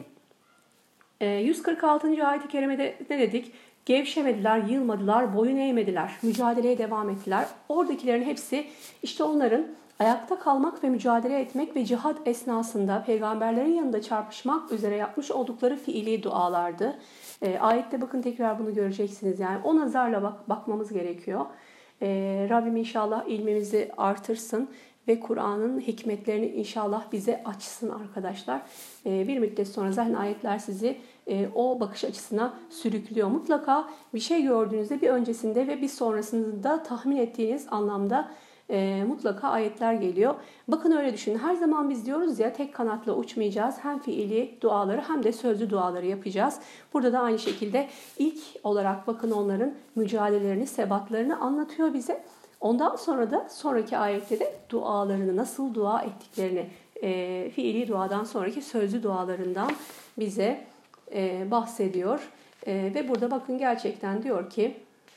yüz kırk altıncı ayet-i kerimede ne dedik? Gevşemediler, yılmadılar, boyun eğmediler, mücadeleye devam ettiler. Oradakilerin hepsi işte onların ayakta kalmak ve mücadele etmek ve cihat esnasında peygamberlerin yanında çarpışmak üzere yapmış oldukları fiili dualardı. E, ayette bakın tekrar bunu göreceksiniz. Yani o nazarla bak, bakmamız gerekiyor. E, Rabbim inşallah ilmimizi artırsın ve Kur'an'ın hikmetlerini inşallah bize açsın arkadaşlar. E, bir müddet sonra zaten ayetler sizi e, o bakış açısına sürüklüyor. Mutlaka bir şey gördüğünüzde bir öncesinde ve bir sonrasında tahmin ettiğiniz anlamda E, mutlaka ayetler geliyor. Bakın öyle düşünün. Her zaman biz diyoruz ya tek kanatla uçmayacağız. Hem fiili duaları hem de sözlü duaları yapacağız. Burada da aynı şekilde ilk olarak bakın onların mücadelelerini, sebatlarını anlatıyor bize. Ondan sonra da sonraki ayette de dualarını, nasıl dua ettiklerini, e, fiili duadan sonraki sözlü dualarından bize e, bahsediyor. E, ve burada bakın gerçekten diyor ki,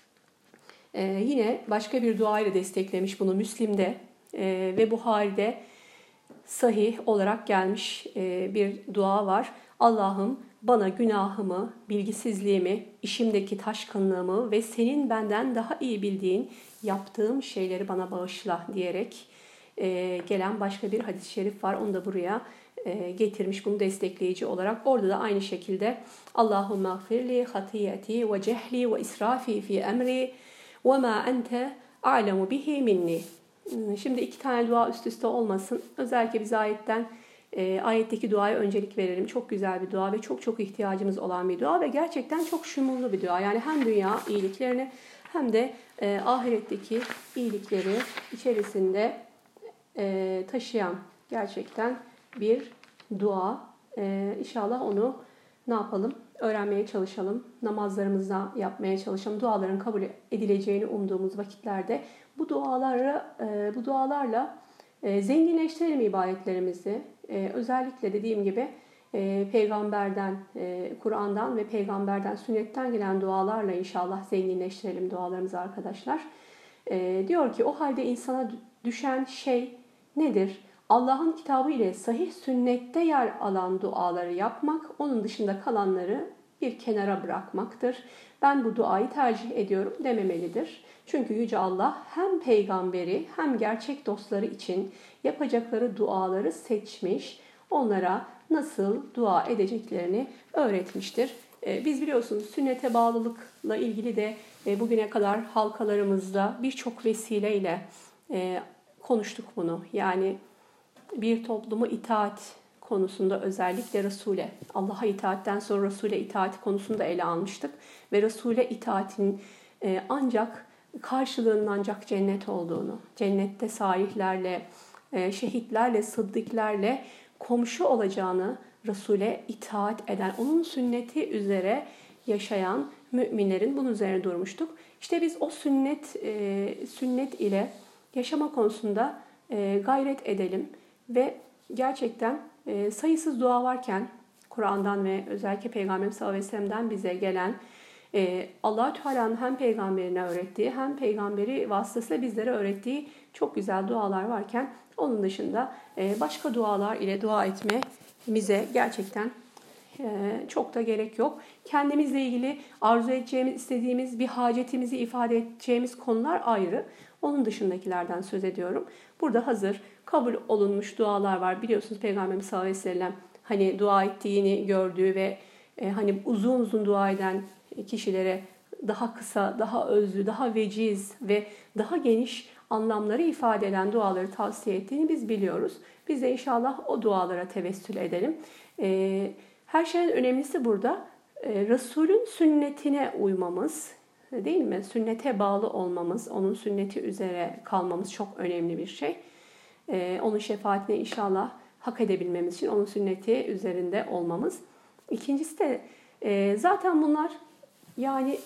Ee, yine başka bir dua ile desteklemiş bunu Müslim'de e, ve Buhari'de sahih olarak gelmiş e, bir dua var. Allah'ım bana günahımı, bilgisizliğimi, işimdeki taşkınlığımı ve senin benden daha iyi bildiğin yaptığım şeyleri bana bağışla diyerek e, gelen başka bir hadis-i şerif var. Onu da buraya e, getirmiş bunu destekleyici olarak. Orada da aynı şekilde Allahümme gfirli hatiyeti ve cehli ve israfi fi emri وَمَا أَنْتَ أَعْلَمُ بِهِ مِنِّي. Şimdi iki tane dua üst üste olmasın. Özellikle biz ayetten, e, ayetteki duaya öncelik verelim. Çok güzel bir dua ve çok çok ihtiyacımız olan bir dua ve gerçekten çok şumurlu bir dua. Yani hem dünya iyiliklerini hem de e, ahiretteki iyilikleri içerisinde e, taşıyan gerçekten bir dua. E, İnşallah onu ne yapalım? Öğrenmeye çalışalım. Namazlarımızda yapmaya çalışalım. Duaların kabul edileceğini umduğumuz vakitlerde bu dualarla bu dualarla zenginleştirelim ibadetlerimizi. Özellikle dediğim gibi peygamberden, Kur'an'dan ve peygamberden, sünnetten gelen dualarla inşallah zenginleştirelim dualarımızı arkadaşlar. Diyor ki o halde insana düşen şey nedir? Allah'ın kitabı ile sahih sünnette yer alan duaları yapmak, onun dışında kalanları bir kenara bırakmaktır. Ben bu duayı tercih ediyorum dememelidir. Çünkü Yüce Allah hem peygamberi hem gerçek dostları için yapacakları duaları seçmiş, onlara nasıl dua edeceklerini öğretmiştir. Biz biliyorsunuz sünnete bağlılıkla ilgili de bugüne kadar halkalarımızda birçok vesileyle konuştuk bunu. Yani bir toplumu itaat konusunda özellikle Resul'e, Allah'a itaatten sonra Resul'e itaat konusunda ele almıştık. Ve Resul'e itaatin ancak karşılığının ancak cennet olduğunu, cennette salihlerle, şehitlerle, sıddıklarla komşu olacağını Resul'e itaat eden, onun sünneti üzere yaşayan müminlerin bunun üzerine durmuştuk. İşte biz o sünnet sünnet ile yaşama konusunda gayret edelim. Ve gerçekten e, sayısız dua varken Kur'an'dan ve özellikle Peygamberimiz sallallahu aleyhi ve sellem'den bize gelen e, Allah-u Teala'nın hem peygamberine öğrettiği hem peygamberi vasıtasıyla bizlere öğrettiği çok güzel dualar varken onun dışında e, başka dualar ile dua etmemize gerçekten e, çok da gerek yok. Kendimizle ilgili arzu edeceğimiz, istediğimiz bir hacetimizi ifade edeceğimiz konular ayrı. Onun dışındakilerden söz ediyorum. Burada hazır kabul olunmuş dualar var. Biliyorsunuz Peygamberimiz sallallahu aleyhi ve sellem hani dua ettiğini gördüğü ve e, hani uzun uzun dua eden kişilere daha kısa, daha özlü, daha veciz ve daha geniş anlamları ifade eden duaları tavsiye ettiğini biz biliyoruz. Biz de inşallah o dualara tevessül edelim. E, her şeyden önemlisi burada e, Resul'ün sünnetine uymamız, değil mi? Sünnete bağlı olmamız, onun sünneti üzere kalmamız çok önemli bir şey. Ee, onun şefaatine inşallah hak edebilmemiz için onun sünneti üzerinde olmamız. İkincisi de e, zaten bunlar yani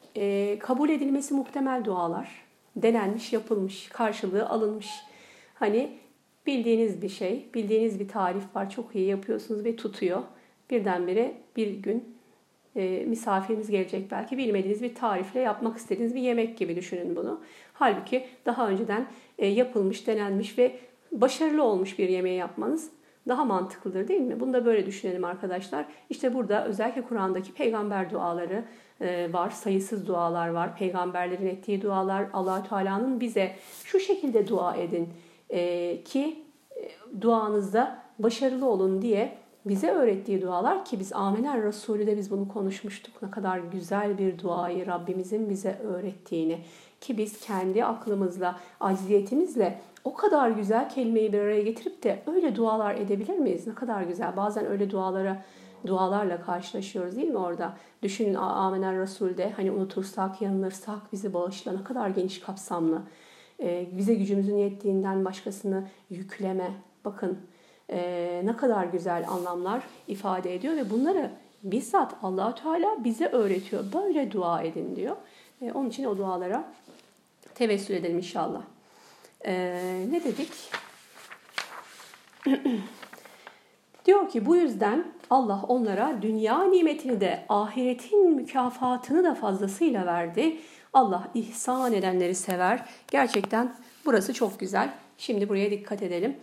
e, kabul edilmesi muhtemel dualar. Denenmiş, yapılmış, karşılığı alınmış. Hani bildiğiniz bir şey, bildiğiniz bir tarif var, çok iyi yapıyorsunuz ve tutuyor. Birdenbire bir gün e, misafiriniz gelecek belki, bilmediğiniz bir tarifle yapmak istediğiniz bir yemek gibi düşünün bunu. Halbuki daha önceden e, yapılmış, denenmiş ve başarılı olmuş bir yemeği yapmanız daha mantıklıdır, değil mi? Bunu da böyle düşünelim arkadaşlar. İşte burada özellikle Kur'an'daki peygamber duaları var. Sayısız dualar var. Peygamberlerin ettiği dualar, Allah-u Teala'nın bize şu şekilde dua edin e, ki e, duanızda başarılı olun diye bize öğrettiği dualar ki biz Amener Resulü de biz bunu konuşmuştuk. Ne kadar güzel bir duayı Rabbimizin bize öğrettiğini ki biz kendi aklımızla, acziyetimizle o kadar güzel kelimeyi bir araya getirip de öyle dualar edebilir miyiz? Ne kadar güzel. Bazen öyle dualara dualarla karşılaşıyoruz değil mi orada? Düşünün Amener Resul'de hani unutursak, yanılırsak bizi bağışla. Ne kadar geniş kapsamlı. Ee, bize gücümüzün yettiğinden başkasını yükleme. Bakın e, ne kadar güzel anlamlar ifade ediyor ve bunları bizzat Allah-u Teala bize öğretiyor. Böyle dua edin diyor. E, onun için o dualara tevessül edelim inşallah. Ee, ne dedik? Diyor ki bu yüzden Allah onlara dünya nimetini de ahiretin mükafatını da fazlasıyla verdi. Allah ihsan edenleri sever. Gerçekten burası çok güzel. Şimdi buraya dikkat edelim.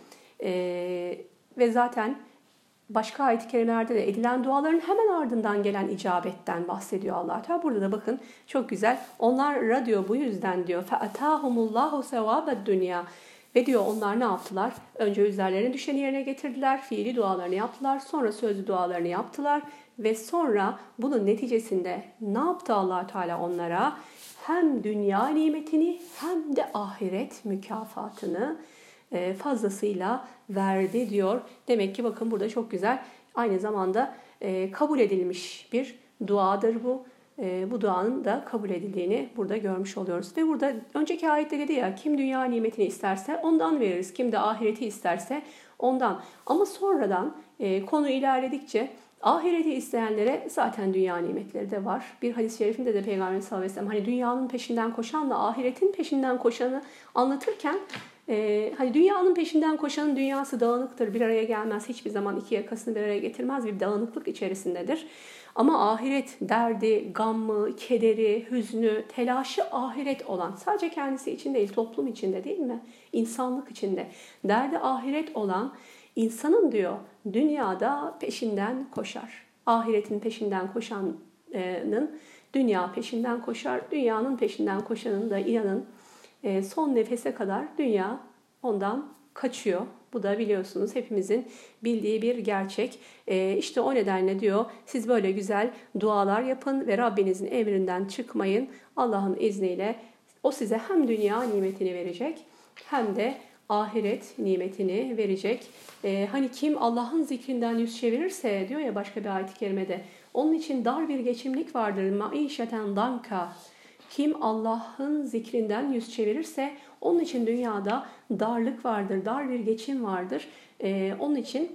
Ee, ve zaten başka ayet-i kerimelerde de edilen duaların hemen ardından gelen icabetten bahsediyor Allah Teala. Burada da bakın çok güzel. Onlara diyor bu yüzden diyor فَاَتَاهُمُ سَوَابَ الدُّنْيَا ve diyor onlar ne yaptılar? Önce üzerlerine düşeni yerine getirdiler. Fiili dualarını yaptılar. Sonra sözlü dualarını yaptılar. Ve sonra bunun neticesinde ne yaptı Allah Teala onlara? Hem dünya nimetini hem de ahiret mükafatını fazlasıyla verdi diyor. Demek ki bakın burada çok güzel. Aynı zamanda kabul edilmiş bir duadır bu. Bu duanın da kabul edildiğini burada görmüş oluyoruz. Ve burada önceki ayette dedi ya kim dünya nimetini isterse ondan veririz. Kim de ahireti isterse ondan. Ama sonradan konu ilerledikçe ahireti isteyenlere zaten dünya nimetleri de var. Bir hadis-i şerifinde de Peygamber sallallahu aleyhi ve sellem hani dünyanın peşinden koşanla ahiretin peşinden koşanı anlatırken Ee, hani dünyanın peşinden koşanın dünyası dağınıktır, bir araya gelmez, hiçbir zaman iki yakasını bir araya getirmez, bir dağınıklık içerisindedir. Ama ahiret derdi, gammı, kederi, hüznü, telaşı ahiret olan, sadece kendisi için değil, toplum içinde değil mi? İnsanlık içinde. Derdi ahiret olan insanın diyor dünyada peşinden koşar. Ahiretin peşinden koşanın dünya peşinden koşar, dünyanın peşinden koşanın da inanın son nefese kadar dünya ondan kaçıyor. Bu da biliyorsunuz hepimizin bildiği bir gerçek. İşte o nedenle diyor siz böyle güzel dualar yapın ve Rabbinizin emrinden çıkmayın. Allah'ın izniyle o size hem dünya nimetini verecek hem de ahiret nimetini verecek. Hani kim Allah'ın zikrinden yüz çevirirse diyor ya başka bir ayet-i kerimede onun için dar bir geçimlik vardır. Maişeten danka. Kim Allah'ın zikrinden yüz çevirirse onun için dünyada darlık vardır, dar bir geçim vardır. Ee, onun için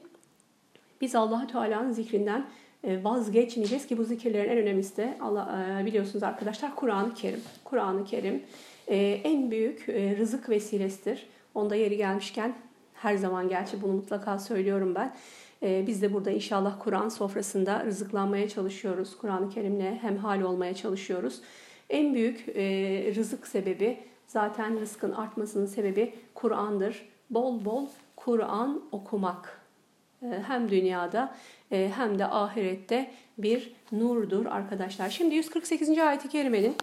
biz Allah Teala'nın zikrinden vazgeçmeyeceğiz ki bu zikirlerin en önemlisi de Allah, biliyorsunuz arkadaşlar Kur'an-ı Kerim. Kur'an-ı Kerim e, en büyük e, rızık vesilesidir. Onda yeri gelmişken her zaman gerçi bunu mutlaka söylüyorum ben. E, biz de burada inşallah Kur'an sofrasında rızıklanmaya çalışıyoruz. Kur'an-ı Kerim'le hemhal olmaya çalışıyoruz. En büyük e, rızık sebebi zaten rızkın artmasının sebebi Kur'an'dır. Bol bol Kur'an okumak e, hem dünyada e, hem de ahirette bir nurdur arkadaşlar. Şimdi yüz kırk sekizinci ayet-i kerimenin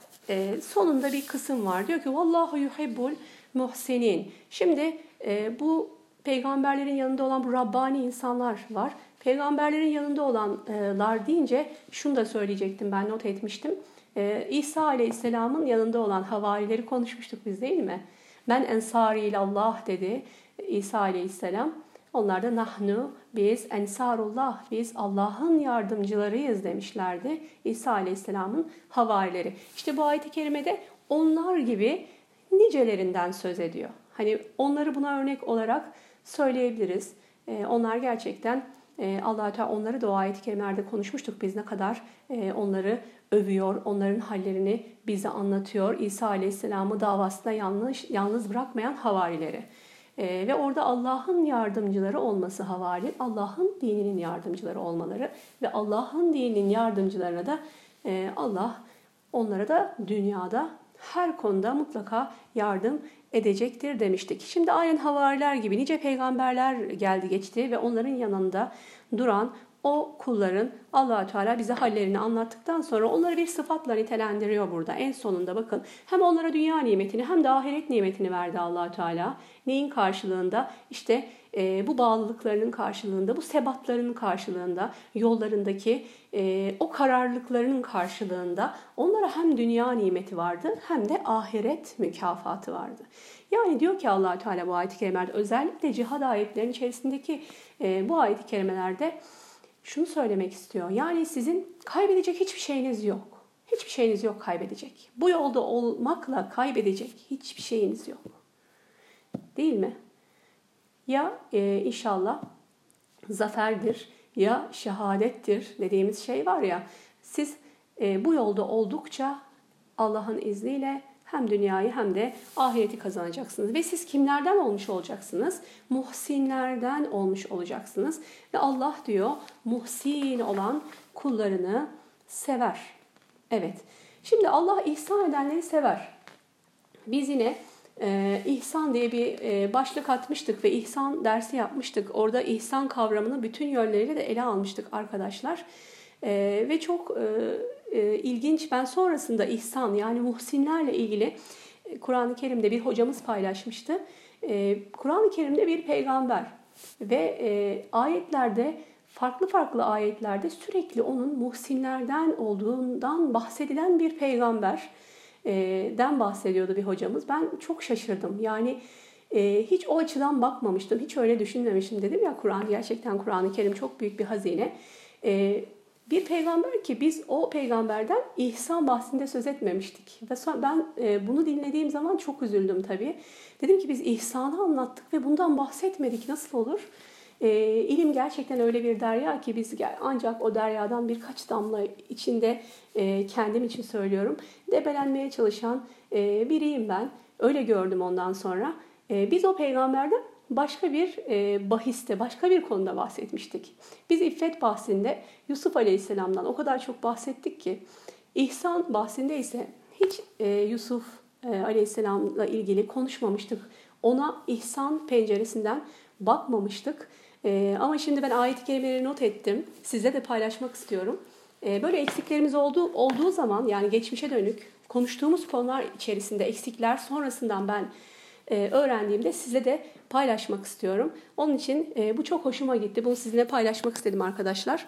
e, sonunda bir kısım var. Diyor ki Vallahu yuhibbul muhsinin. Şimdi e, bu peygamberlerin yanında olan bu Rabbani insanlar var. Peygamberlerin yanında olanlar deyince şunu da söyleyecektim, ben not etmiştim. Ee, İsa Aleyhisselam'ın yanında olan havarileri konuşmuştuk biz değil mi? Men ensari Allah dedi İsa Aleyhisselam. Onlar da nahnu biz ensarullah biz Allah'ın yardımcılarıyız demişlerdi. İsa Aleyhisselam'ın havarileri. İşte bu ayet-i kerimede onlar gibi nicelerinden söz ediyor. Hani onları buna örnek olarak söyleyebiliriz. Ee, onlar gerçekten e, Allah-u Teala onları da o ayet-i kerimelerde konuşmuştuk biz ne kadar e, onları övüyor, onların hallerini bize anlatıyor. İsa Aleyhisselam'ı davasında yalnız, yalnız bırakmayan havarileri. Ee, ve orada Allah'ın yardımcıları olması havari, Allah'ın dininin yardımcıları olmaları ve Allah'ın dininin yardımcılarına da e, Allah onlara da dünyada her konuda mutlaka yardım edecektir demiştik. Şimdi aynen havariler gibi nice peygamberler geldi geçti ve onların yanında duran o kulların Allah-u Teala bize hallerini anlattıktan sonra onları bir sıfatla nitelendiriyor burada. En sonunda bakın hem onlara dünya nimetini hem de ahiret nimetini verdi Allah-u Teala. Neyin karşılığında? İşte e, bu bağlılıklarının karşılığında, bu sebatlarının karşılığında, yollarındaki e, o kararlılıklarının karşılığında onlara hem dünya nimeti vardı hem de ahiret mükafatı vardı. Yani diyor ki Allah-u Teala bu ayet-i kerimelerde, özellikle cihad ayetlerinin içerisindeki e, bu ayet-i kerimelerde şunu söylemek istiyor. Yani sizin kaybedecek hiçbir şeyiniz yok. Hiçbir şeyiniz yok kaybedecek. Bu yolda olmakla kaybedecek hiçbir şeyiniz yok. Değil mi? Ya e, inşallah zaferdir ya şehadettir dediğimiz şey var ya. Siz e, bu yolda oldukça Allah'ın izniyle hem dünyayı hem de ahireti kazanacaksınız. Ve siz kimlerden olmuş olacaksınız? Muhsinlerden olmuş olacaksınız. Ve Allah diyor muhsin olan kullarını sever. Evet. Şimdi Allah ihsan edenleri sever. Biz yine e, ihsan diye bir e, başlık atmıştık ve ihsan dersi yapmıştık. Orada ihsan kavramını bütün yönleriyle de ele almıştık arkadaşlar. E, ve çok e, e, ilginç. Ben sonrasında ihsan yani muhsinlerle ilgili e, Kur'an-ı Kerim'de bir hocamız paylaşmıştı. E, Kur'an-ı Kerim'de bir peygamber ve e, ayetlerde farklı farklı ayetlerde sürekli onun muhsinlerden olduğundan bahsedilen bir peygamberden bahsediyordu bir hocamız. Ben çok şaşırdım. Yani e, hiç o açıdan bakmamıştım. Hiç öyle düşünmemiştim. Dedim ya Kur'an gerçekten Kur'an-ı Kerim çok büyük bir hazine. E, bir peygamber ki biz o peygamberden ihsan bahsinde söz etmemiştik. Ve sonra ben e, bunu dinlediğim zaman çok üzüldüm tabii. Dedim ki biz ihsanı anlattık ve bundan bahsetmedik. Nasıl olur? E, ilim gerçekten öyle bir derya ki biz ancak o deryadan birkaç damla içinde e, kendim için söylüyorum. Debelenmeye çalışan e, biriyim ben. Öyle gördüm ondan sonra. E, biz o peygamberden başka bir e, bahiste, başka bir konuda bahsetmiştik. Biz iffet bahsinde Yusuf Aleyhisselam'dan o kadar çok bahsettik ki ihsan bahsinde ise hiç e, Yusuf e, Aleyhisselam'la ilgili konuşmamıştık. Ona ihsan penceresinden bakmamıştık. E, ama şimdi ben ayet-i kerimeleri not ettim. Size de paylaşmak istiyorum. E, böyle eksiklerimiz olduğu, olduğu zaman yani geçmişe dönük konuştuğumuz konular içerisinde eksikler sonrasından ben e, öğrendiğimde size de paylaşmak istiyorum. Onun için e, bu çok hoşuma gitti. Bunu sizinle paylaşmak istedim arkadaşlar.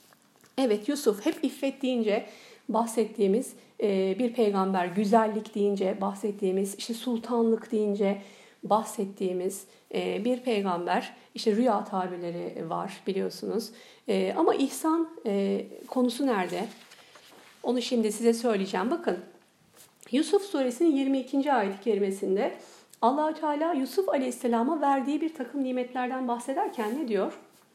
Evet Yusuf hep iffet deyince bahsettiğimiz e, bir peygamber, güzellik deyince bahsettiğimiz, işte sultanlık deyince bahsettiğimiz e, bir peygamber. İşte rüya tabirleri var biliyorsunuz. E, ama ihsan e, konusu nerede? Onu şimdi size söyleyeceğim. Bakın Yusuf suresinin yirmi ikinci ayet-i kerimesinde Allah-u Teala Yusuf Aleyhisselam'a verdiği bir takım nimetlerden bahsederken ne diyor?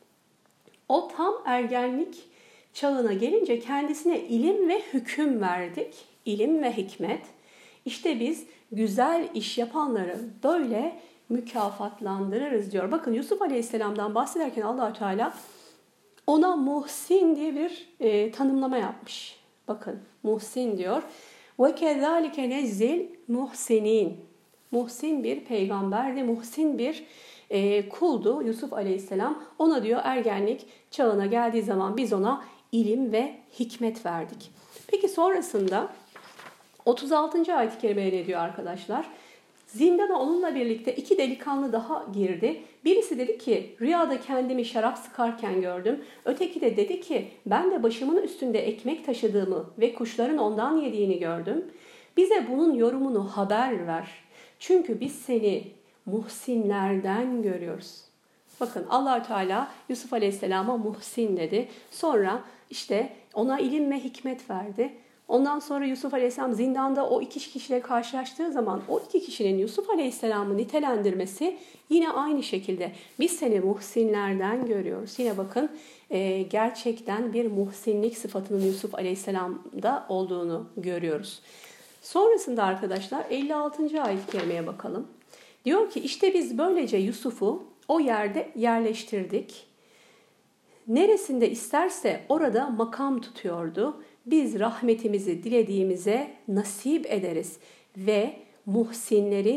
O tam ergenlik çağına gelince kendisine ilim ve hüküm verdik. İlim ve hikmet. İşte biz güzel iş yapanları böyle mükafatlandırırız diyor. Bakın Yusuf Aleyhisselam'dan bahsederken Allah-u Teala ona muhsin diye bir e, tanımlama yapmış. Bakın muhsin diyor. Ve kezalike nezzil muhsinin. Muhsin bir peygamberdi, muhsin bir e, kuldu Yusuf Aleyhisselam. Ona diyor ergenlik çağına geldiği zaman biz ona ilim ve hikmet verdik. Peki sonrasında otuz altıncı ayet-i kerimeye ne diyor arkadaşlar? Zindana onunla birlikte iki delikanlı daha girdi. Birisi dedi ki rüyada kendimi şarap sıkarken gördüm. Öteki de dedi ki ben de başımın üstünde ekmek taşıdığımı ve kuşların ondan yediğini gördüm. Bize bunun yorumunu haber ver. Çünkü biz seni muhsinlerden görüyoruz. Bakın Allah-u Teala Yusuf Aleyhisselam'a muhsin dedi. Sonra işte ona ilim ve hikmet verdi. Ondan sonra Yusuf Aleyhisselam zindanda o iki kişiyle karşılaştığı zaman o iki kişinin Yusuf Aleyhisselam'ı nitelendirmesi yine aynı şekilde biz seni muhsinlerden görüyoruz. Yine bakın e, gerçekten bir muhsinlik sıfatının Yusuf Aleyhisselam'da olduğunu görüyoruz. Sonrasında arkadaşlar elli altıncı ayet-i kerimeye bakalım. Diyor ki işte biz böylece Yusuf'u o yerde yerleştirdik. Neresinde isterse orada makam tutuyordu. Biz rahmetimizi dilediğimize nasip ederiz ve muhsinlerin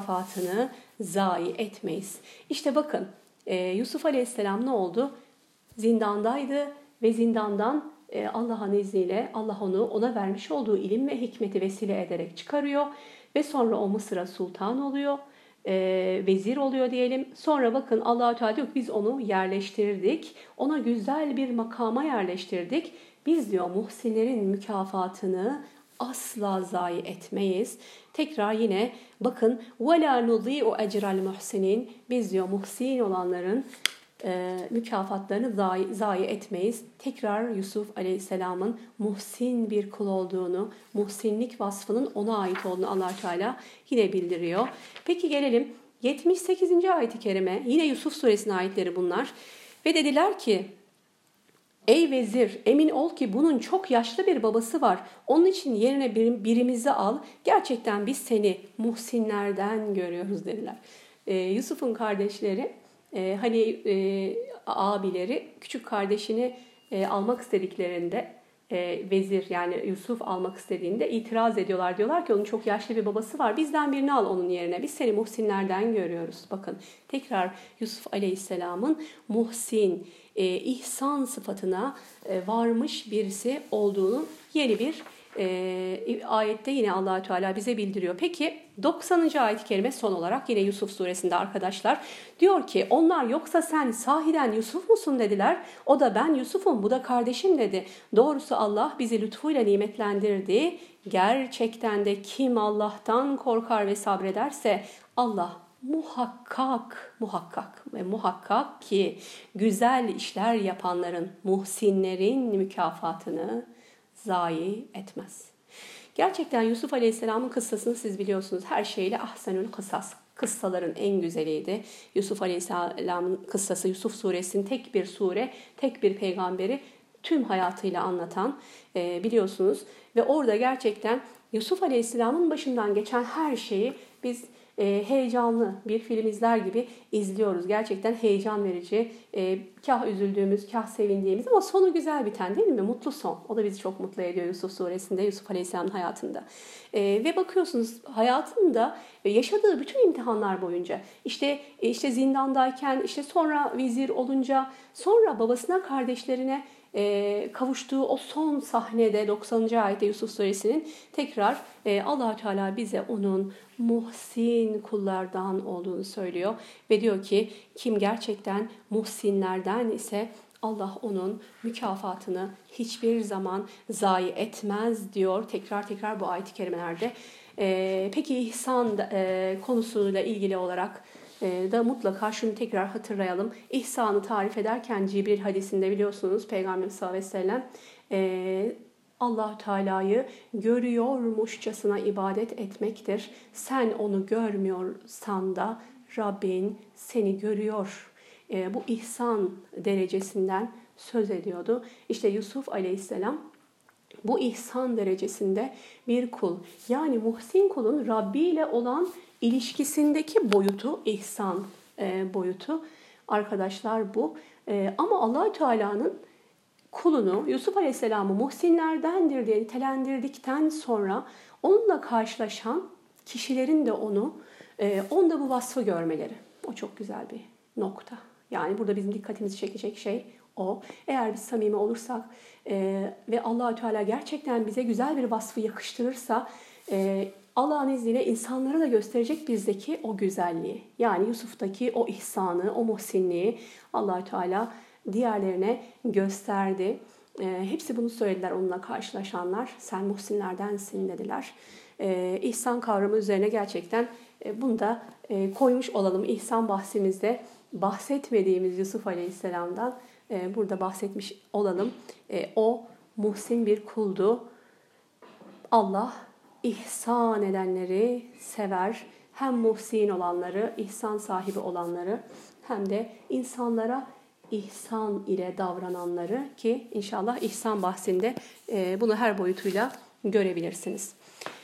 mükafatını zayi etmeyiz. İşte bakın Yusuf Aleyhisselam ne oldu? zindandaydı ve zindandan Allah'ın izniyle Allah onu ona vermiş olduğu ilim ve hikmeti vesile ederek çıkarıyor ve sonra o Mısır'a sultan oluyor, e, vezir oluyor diyelim. Sonra bakın Allah-u Teala diyor ki biz onu yerleştirdik, ona güzel bir makama yerleştirdik. Biz diyor muhsinlerin mükafatını asla zayi etmeyiz. Tekrar yine bakın وَلَا نُضِيعُ اَجْرَ الْمُحْسِنِينَ biz diyor muhsin olanların e, mükafatlarını zayi, zayi etmeyiz. Tekrar Yusuf Aleyhisselam'ın muhsin bir kul olduğunu, muhsinlik vasfının ona ait olduğunu Allah-u Teala yine bildiriyor. Peki gelelim yetmiş sekizinci ayet-i kerime, yine Yusuf suresine ayetleri bunlar. Ve dediler ki ey vezir, emin ol ki bunun çok yaşlı bir babası var. Onun için yerine bir, birimizi al. Gerçekten biz seni muhsinlerden görüyoruz dediler. Ee, Yusuf'un kardeşleri, e, hani e, abileri küçük kardeşini e, almak istediklerinde, e, vezir yani Yusuf almak istediğinde itiraz ediyorlar. Diyorlar ki onun çok yaşlı bir babası var. Bizden birini al onun yerine. Biz seni muhsinlerden görüyoruz. Bakın tekrar Yusuf Aleyhisselam'ın muhsin, e, ihsan sıfatına e, varmış birisi olduğunu yeni bir e, ayette yine Allah-u Teala bize bildiriyor. Peki doksanıncı ayet-i kerime son olarak yine Yusuf suresinde arkadaşlar diyor ki onlar yoksa sen sahiden Yusuf musun dediler. O da ben Yusuf'um, bu da kardeşim dedi. Doğrusu Allah bizi lütfuyla nimetlendirdi. Gerçekten de kim Allah'tan korkar ve sabrederse Allah muhakkak, muhakkak ve muhakkak ki güzel işler yapanların, muhsinlerin mükafatını zayi etmez. Gerçekten Yusuf Aleyhisselam'ın kıssasını siz biliyorsunuz. Her şeyle ahsenül kıssas. Kıssaların en güzeliydi. Yusuf Aleyhisselam'ın kıssası, Yusuf suresinin tek bir sure, tek bir peygamberi tüm hayatıyla anlatan e, biliyorsunuz. Ve orada gerçekten Yusuf Aleyhisselam'ın başından geçen her şeyi biz e, heyecanlı bir film izler gibi izliyoruz. Gerçekten heyecan verici, e, kah üzüldüğümüz, kah sevindiğimiz ama sonu güzel biten değil mi? Mutlu son. O da bizi çok mutlu ediyor Yusuf suresinde, Yusuf Aleyhisselam'ın hayatında. E, ve bakıyorsunuz hayatında yaşadığı bütün imtihanlar boyunca işte işte zindandayken, işte sonra vezir olunca, sonra babasına, kardeşlerine E, kavuştuğu o son sahnede doksanıncı ayette Yusuf suresinin tekrar e, Allah-u Teala bize onun muhsin kullardan olduğunu söylüyor ve diyor ki kim gerçekten muhsinlerden ise Allah onun mükafatını hiçbir zaman zayi etmez diyor tekrar tekrar bu ayet-i kerimelerde. E, peki ihsan e, konusuyla ilgili olarak da mutlaka şunu tekrar hatırlayalım. İhsanı tarif ederken Cibril hadisinde biliyorsunuz Peygamber sallallahu aleyhi ve sellem e, Allah-u Teala'yı görüyormuşçasına ibadet etmektir. Sen onu görmüyorsan da Rabbin seni görüyor. E, bu ihsan derecesinden söz ediyordu. İşte Yusuf aleyhisselam bu ihsan derecesinde bir kul. Yani muhsin kulun Rabbi ile olan ilişkisindeki boyutu, ihsan e, boyutu arkadaşlar bu. E, ama Allah-u Teala'nın kulunu Yusuf Aleyhisselam'ı muhsinlerdendir diye nitelendirdikten sonra onunla karşılaşan kişilerin de onu, e, onda bu vasfı görmeleri. O çok güzel bir nokta. Yani burada bizim dikkatimizi çekecek şey o. Eğer biz samimi olursak e, ve Allah-u Teala gerçekten bize güzel bir vasfı yakıştırırsa e, Allah'ın izniyle insanlara da gösterecek bizdeki o güzelliği. Yani Yusuf'taki o ihsanı, o muhsinliği Allah-u Teala diğerlerine gösterdi. E, hepsi bunu söylediler onunla karşılaşanlar. Sen muhsinlerdensin dediler. E, ihsan kavramı üzerine gerçekten e, bunu da e, koymuş olalım. İhsan bahsimizde bahsetmediğimiz Yusuf Aleyhisselam'dan e, burada bahsetmiş olalım. E, o muhsin bir kuldu. Allah ihsan edenleri sever. Hem muhsin olanları, ihsan sahibi olanları hem de insanlara ihsan ile davrananları ki inşallah ihsan bahsinde e, bunu her boyutuyla görebilirsiniz.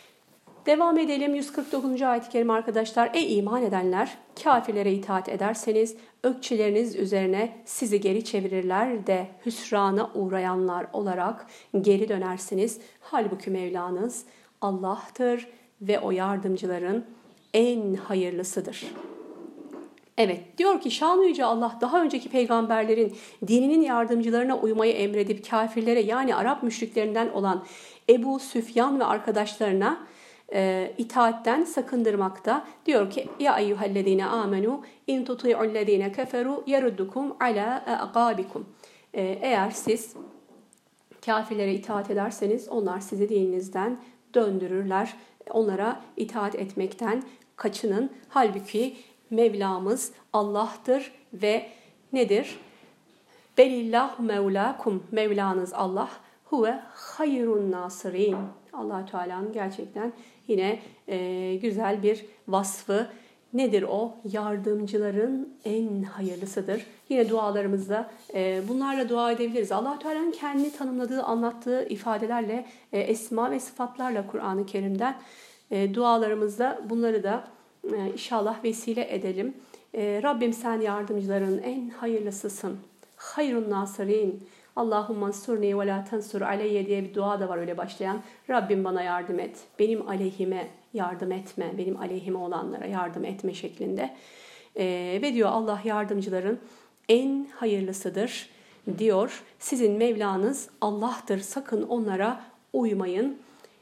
Devam edelim. yüz kırk dokuzuncu ayet-i kerime arkadaşlar. Ey iman edenler! Kafirlere itaat ederseniz ökçeleriniz üzerine sizi geri çevirirler de hüsrana uğrayanlar olarak geri dönersiniz. Halbuki Mevlanız Allah'tır ve o yardımcıların en hayırlısıdır. Evet, diyor ki şanlı yüce Allah daha önceki peygamberlerin dininin yardımcılarına uymayı emredip kafirlere yani Arap müşriklerinden olan Ebu Süfyan ve arkadaşlarına e, itaatten sakındırmakta. Diyor ki ya eyyühellezine amenu in tuti'ullezine keferu yeruddukum ala aqabikum. E, eğer siz kafirlere itaat ederseniz onlar sizi dininizden döndürürler. Onlara itaat etmekten kaçının. Halbuki Mevlamız Allah'tır ve nedir? Belillahu mevlakum. Mevlanız Allah. Huve hayrun nasirin. Allah-u Teala'nın gerçekten yine e, güzel bir vasfı. Nedir o? Yardımcıların en hayırlısıdır. Yine dualarımızda e, bunlarla dua edebiliriz. Allah-u Teala'nın kendini tanımladığı, anlattığı ifadelerle, e, esma ve sıfatlarla Kur'an-ı Kerim'den e, dualarımızda bunları da e, inşallah vesile edelim. E, Rabbim sen yardımcıların en hayırlısısın. Hayrun nasirin. Allahumma surni ve la tensur aleyye diye bir dua da var öyle başlayan. Rabbim bana yardım et. Benim aleyhime yardım etme. Benim aleyhime olanlara yardım etme şeklinde. Ee, ve diyor Allah yardımcıların en hayırlısıdır diyor. Sizin Mevlanız Allah'tır. Sakın onlara uymayın.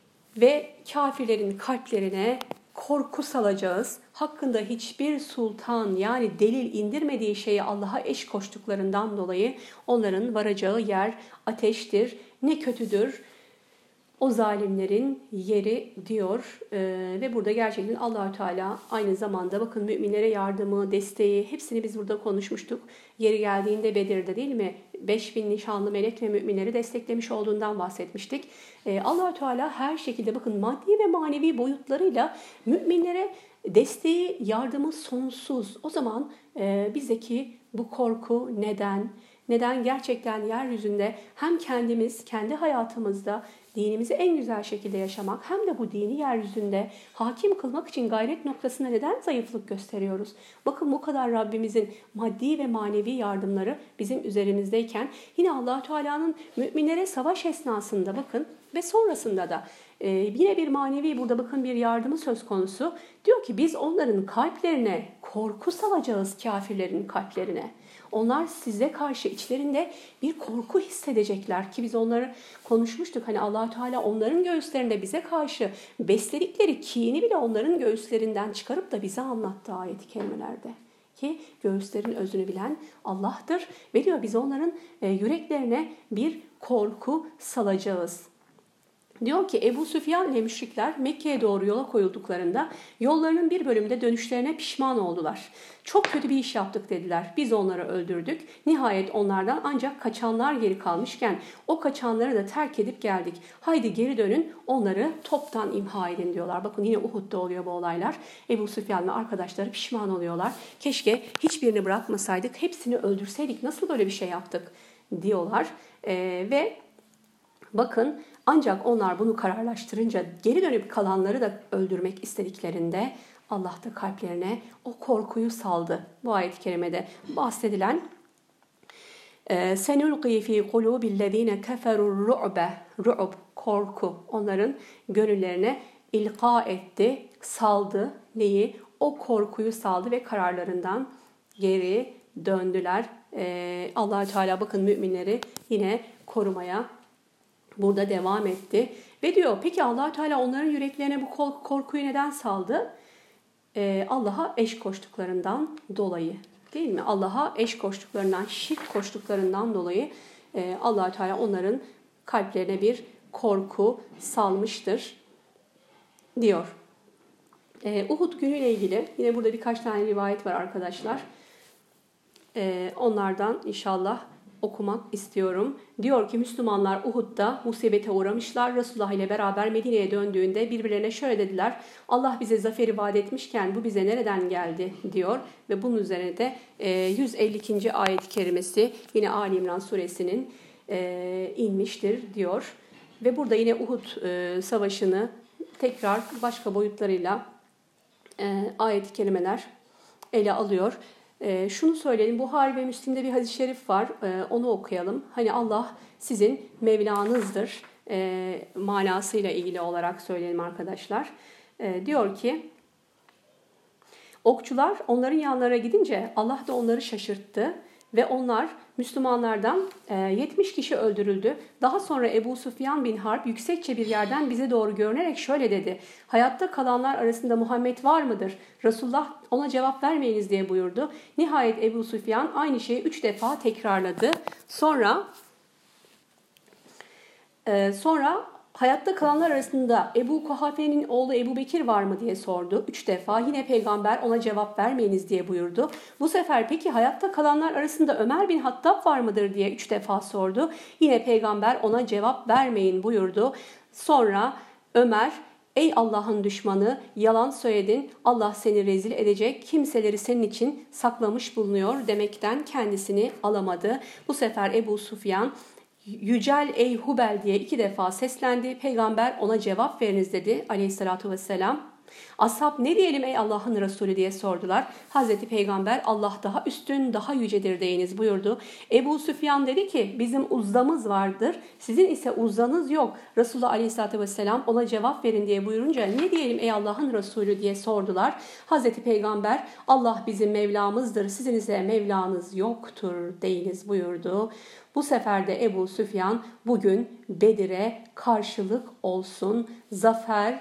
Ve kafirlerin kalplerine korku salacağız. Hakkında hiçbir sultan yani delil indirmediği şeyi Allah'a eş koştuklarından dolayı onların varacağı yer ateştir. Ne kötüdür o zalimlerin yeri diyor. Ee, ve burada gerçekten Allah-u Teala aynı zamanda bakın müminlere yardımı, desteği hepsini biz burada konuşmuştuk. Yeri geldiğinde Bedir'de değil mi? beş bin nişanlı melek ve müminleri desteklemiş olduğundan bahsetmiştik. Ee, Allah-u Teala her şekilde bakın maddi ve manevi boyutlarıyla müminlere desteği, yardımı sonsuz. O zaman e, bizdeki bu korku neden? Neden gerçekten yeryüzünde hem kendimiz, kendi hayatımızda dinimizi en güzel şekilde yaşamak hem de bu dini yeryüzünde hakim kılmak için gayret noktasında neden zayıflık gösteriyoruz? Bakın bu kadar Rabbimizin maddi ve manevi yardımları bizim üzerimizdeyken yine Allah-u Teala'nın müminlere savaş esnasında bakın ve sonrasında da e, yine bir manevi burada bakın bir yardımı söz konusu. Diyor ki biz onların kalplerine korku salacağız kafirlerin kalplerine. Onlar size karşı içlerinde bir korku hissedecekler ki biz onları konuşmuştuk. Hani Allah-u Teala onların göğüslerinde bize karşı besledikleri kini bile onların göğüslerinden çıkarıp da bize anlattı ayet-i kerimelerde. Ki göğüslerin özünü bilen Allah'tır ve diyor biz onların yüreklerine bir korku salacağız. Diyor ki Ebu Süfyan ile müşrikler Mekke'ye doğru yola koyulduklarında yollarının bir bölümünde dönüşlerine pişman oldular. Çok kötü bir iş yaptık dediler. Biz onları öldürdük. Nihayet onlardan ancak kaçanlar geri kalmışken o kaçanları da terk edip geldik. Haydi geri dönün onları toptan imha edin diyorlar. Bakın yine Uhud'da oluyor bu olaylar. Ebu Süfyan ve arkadaşları pişman oluyorlar. Keşke hiçbirini bırakmasaydık, hepsini öldürseydik. Nasıl böyle bir şey yaptık diyorlar. Ee, ve bakın ancak onlar bunu kararlaştırınca geri dönüp kalanları da öldürmek istediklerinde Allah da kalplerine o korkuyu saldı. Bu ayet-i kerimede bahsedilen senulqi fi kulubillezine keferur ru'be ru'b korku onların gönüllerine ilka etti, saldı. Neyi? O korkuyu saldı ve kararlarından geri döndüler. Ee, Allah-u Teala bakın müminleri yine korumaya burada devam etti. Ve diyor peki Allah-u Teala onların yüreklerine bu korkuyu neden saldı? Ee, Allah'a eş koştuklarından dolayı. Değil mi? Allah'a eş koştuklarından, şirk koştuklarından dolayı e, Allah-u Teala onların kalplerine bir korku salmıştır diyor. Ee, Uhud günüyle ilgili yine burada birkaç tane rivayet var arkadaşlar. Ee, onlardan inşallah okumak istiyorum. Diyor ki Müslümanlar Uhud'da musibete uğramışlar. Resulullah ile beraber Medine'ye döndüğünde birbirlerine şöyle dediler. Allah bize zaferi vaat etmişken bu bize nereden geldi diyor. Ve bunun üzerine de yüz elli ikinci ayet-i kerimesi yine Ali İmran suresinin inmiştir diyor. Ve burada yine Uhud savaşını tekrar başka boyutlarıyla ayet-i kerimeler ele alıyor. E, şunu söyleyelim, Buhari ve Müslim'de bir hadis-i şerif var, e, onu okuyalım. Hani Allah sizin Mevlanızdır e, manasıyla ilgili olarak söyleyelim arkadaşlar. E, diyor ki, Okçular onların yanlarına gidince Allah da onları şaşırttı ve onlar Müslümanlardan yetmiş kişi öldürüldü. Daha sonra Ebu Süfyan bin Harp yüksekçe bir yerden bize doğru görünerek şöyle dedi: hayatta kalanlar arasında Muhammed var mıdır? Resulullah ona cevap vermeyiniz diye buyurdu. Nihayet Ebu Süfyan aynı şeyi üç defa tekrarladı. Sonra e, sonra hayatta kalanlar arasında Ebu Kuhafe'nin oğlu Ebu Bekir var mı diye sordu. Üç defa yine peygamber ona cevap vermeyiniz diye buyurdu. Bu sefer peki hayatta kalanlar arasında Ömer bin Hattab var mıdır diye üç defa sordu. Yine peygamber ona cevap vermeyin buyurdu. Sonra Ömer, ey Allah'ın düşmanı, yalan söyledin, Allah seni rezil edecek, kimseleri senin için saklamış bulunuyor demekten kendisini alamadı. Bu sefer Ebu Süfyan, yücel ey Hubel diye iki defa seslendi. Peygamber ona cevap veriniz dedi aleyhissalatü vesselam. Ashab ne diyelim ey Allah'ın Resulü diye sordular. Hazreti Peygamber Allah daha üstün, daha yücedir deyiniz buyurdu. Ebu Süfyan dedi ki bizim uzdamız vardır, sizin ise uzzanız yok. Resulullah aleyhissalatü vesselam ona cevap verin diye buyurunca ne diyelim ey Allah'ın Resulü diye sordular. Hazreti Peygamber Allah bizim Mevlamızdır, sizin ise Mevlanız yoktur deyiniz buyurdu. Bu sefer de Ebu Süfyan bugün Bedir'e karşılık olsun, zafer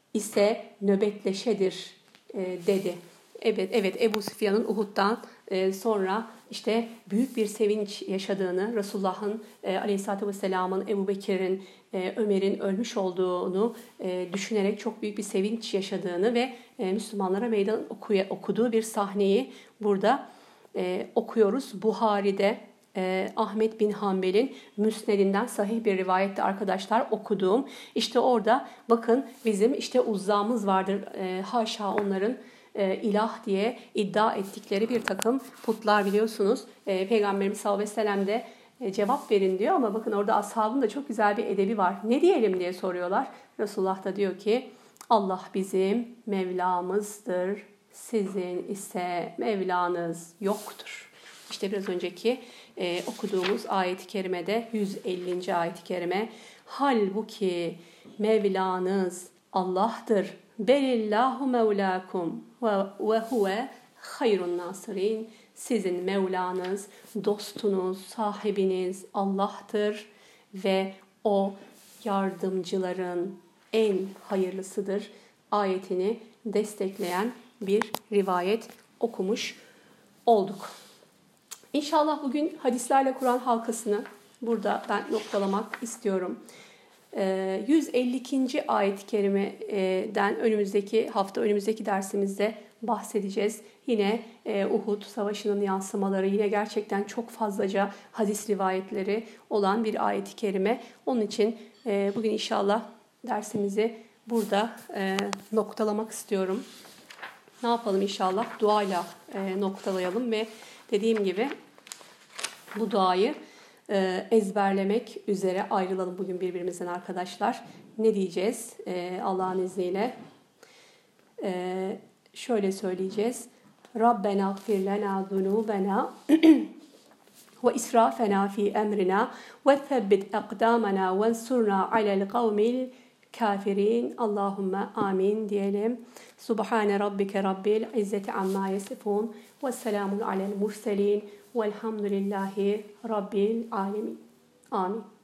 ise nöbetleşedir e, dedi. Evet, evet Ebu Süfyan'ın Uhud'dan e, sonra işte büyük bir sevinç yaşadığını, Resulullah'ın e, Aleyhisselatü Vesselam'ın, Ebu Bekir'in, e, Ömer'in ölmüş olduğunu e, düşünerek çok büyük bir sevinç yaşadığını ve e, Müslümanlara meydan okuya, okuduğu bir sahneyi burada e, okuyoruz. Buhari'de e, Ahmet bin Hanbel'in Müsnedinden sahih bir rivayette arkadaşlar okuduğum. İşte orada bakın bizim işte uzzamız vardır. E, haşa onların e, ilah diye iddia ettikleri bir takım putlar biliyorsunuz. E, Peygamberimiz sallallahu aleyhi ve sellem de e, cevap verin diyor ama bakın orada ashabın da çok güzel bir edebi var. Ne diyelim diye soruyorlar. Resulullah da diyor ki Allah bizim Mevlamızdır. Sizin ise Mevlanız yoktur. İşte biraz önceki e, okuduğumuz ayet-i kerimede yüz ellinci ayet-i kerime. Halbuki Mevlanız Allah'tır. Belillahu mevlakum ve huve hayrun nasirin. Sizin Mevlanız, dostunuz, sahibiniz Allah'tır ve o yardımcıların en hayırlısıdır. Ayetini destekleyen bir rivayet okumuş olduk. İnşallah bugün hadislerle Kur'an halkasını burada ben noktalamak istiyorum. yüz elli ikinci ayet-i kerimeden önümüzdeki hafta, önümüzdeki dersimizde bahsedeceğiz. Yine Uhud Savaşı'nın yansımaları, yine gerçekten çok fazlaca hadis rivayetleri olan bir ayet-i kerime. Onun için bugün inşallah dersimizi burada noktalamak istiyorum. Ne yapalım inşallah? Duayla noktalayalım ve dediğim gibi bu duayı e, ezberlemek üzere ayrılalım bugün birbirimizden arkadaşlar. Ne diyeceğiz e, Allah'ın izniyle? E, şöyle söyleyeceğiz. Rabbena gfir lena zunubena ve israfena fi emrina ve thabbit aqdamana ve ensurna alel kavmil kafirin. Allahümme amin diyelim. Subhane rabbike rabbil izzeti amma yasifun ve selamun alel murselin velhamdülillahi rabbil alemin. Amin.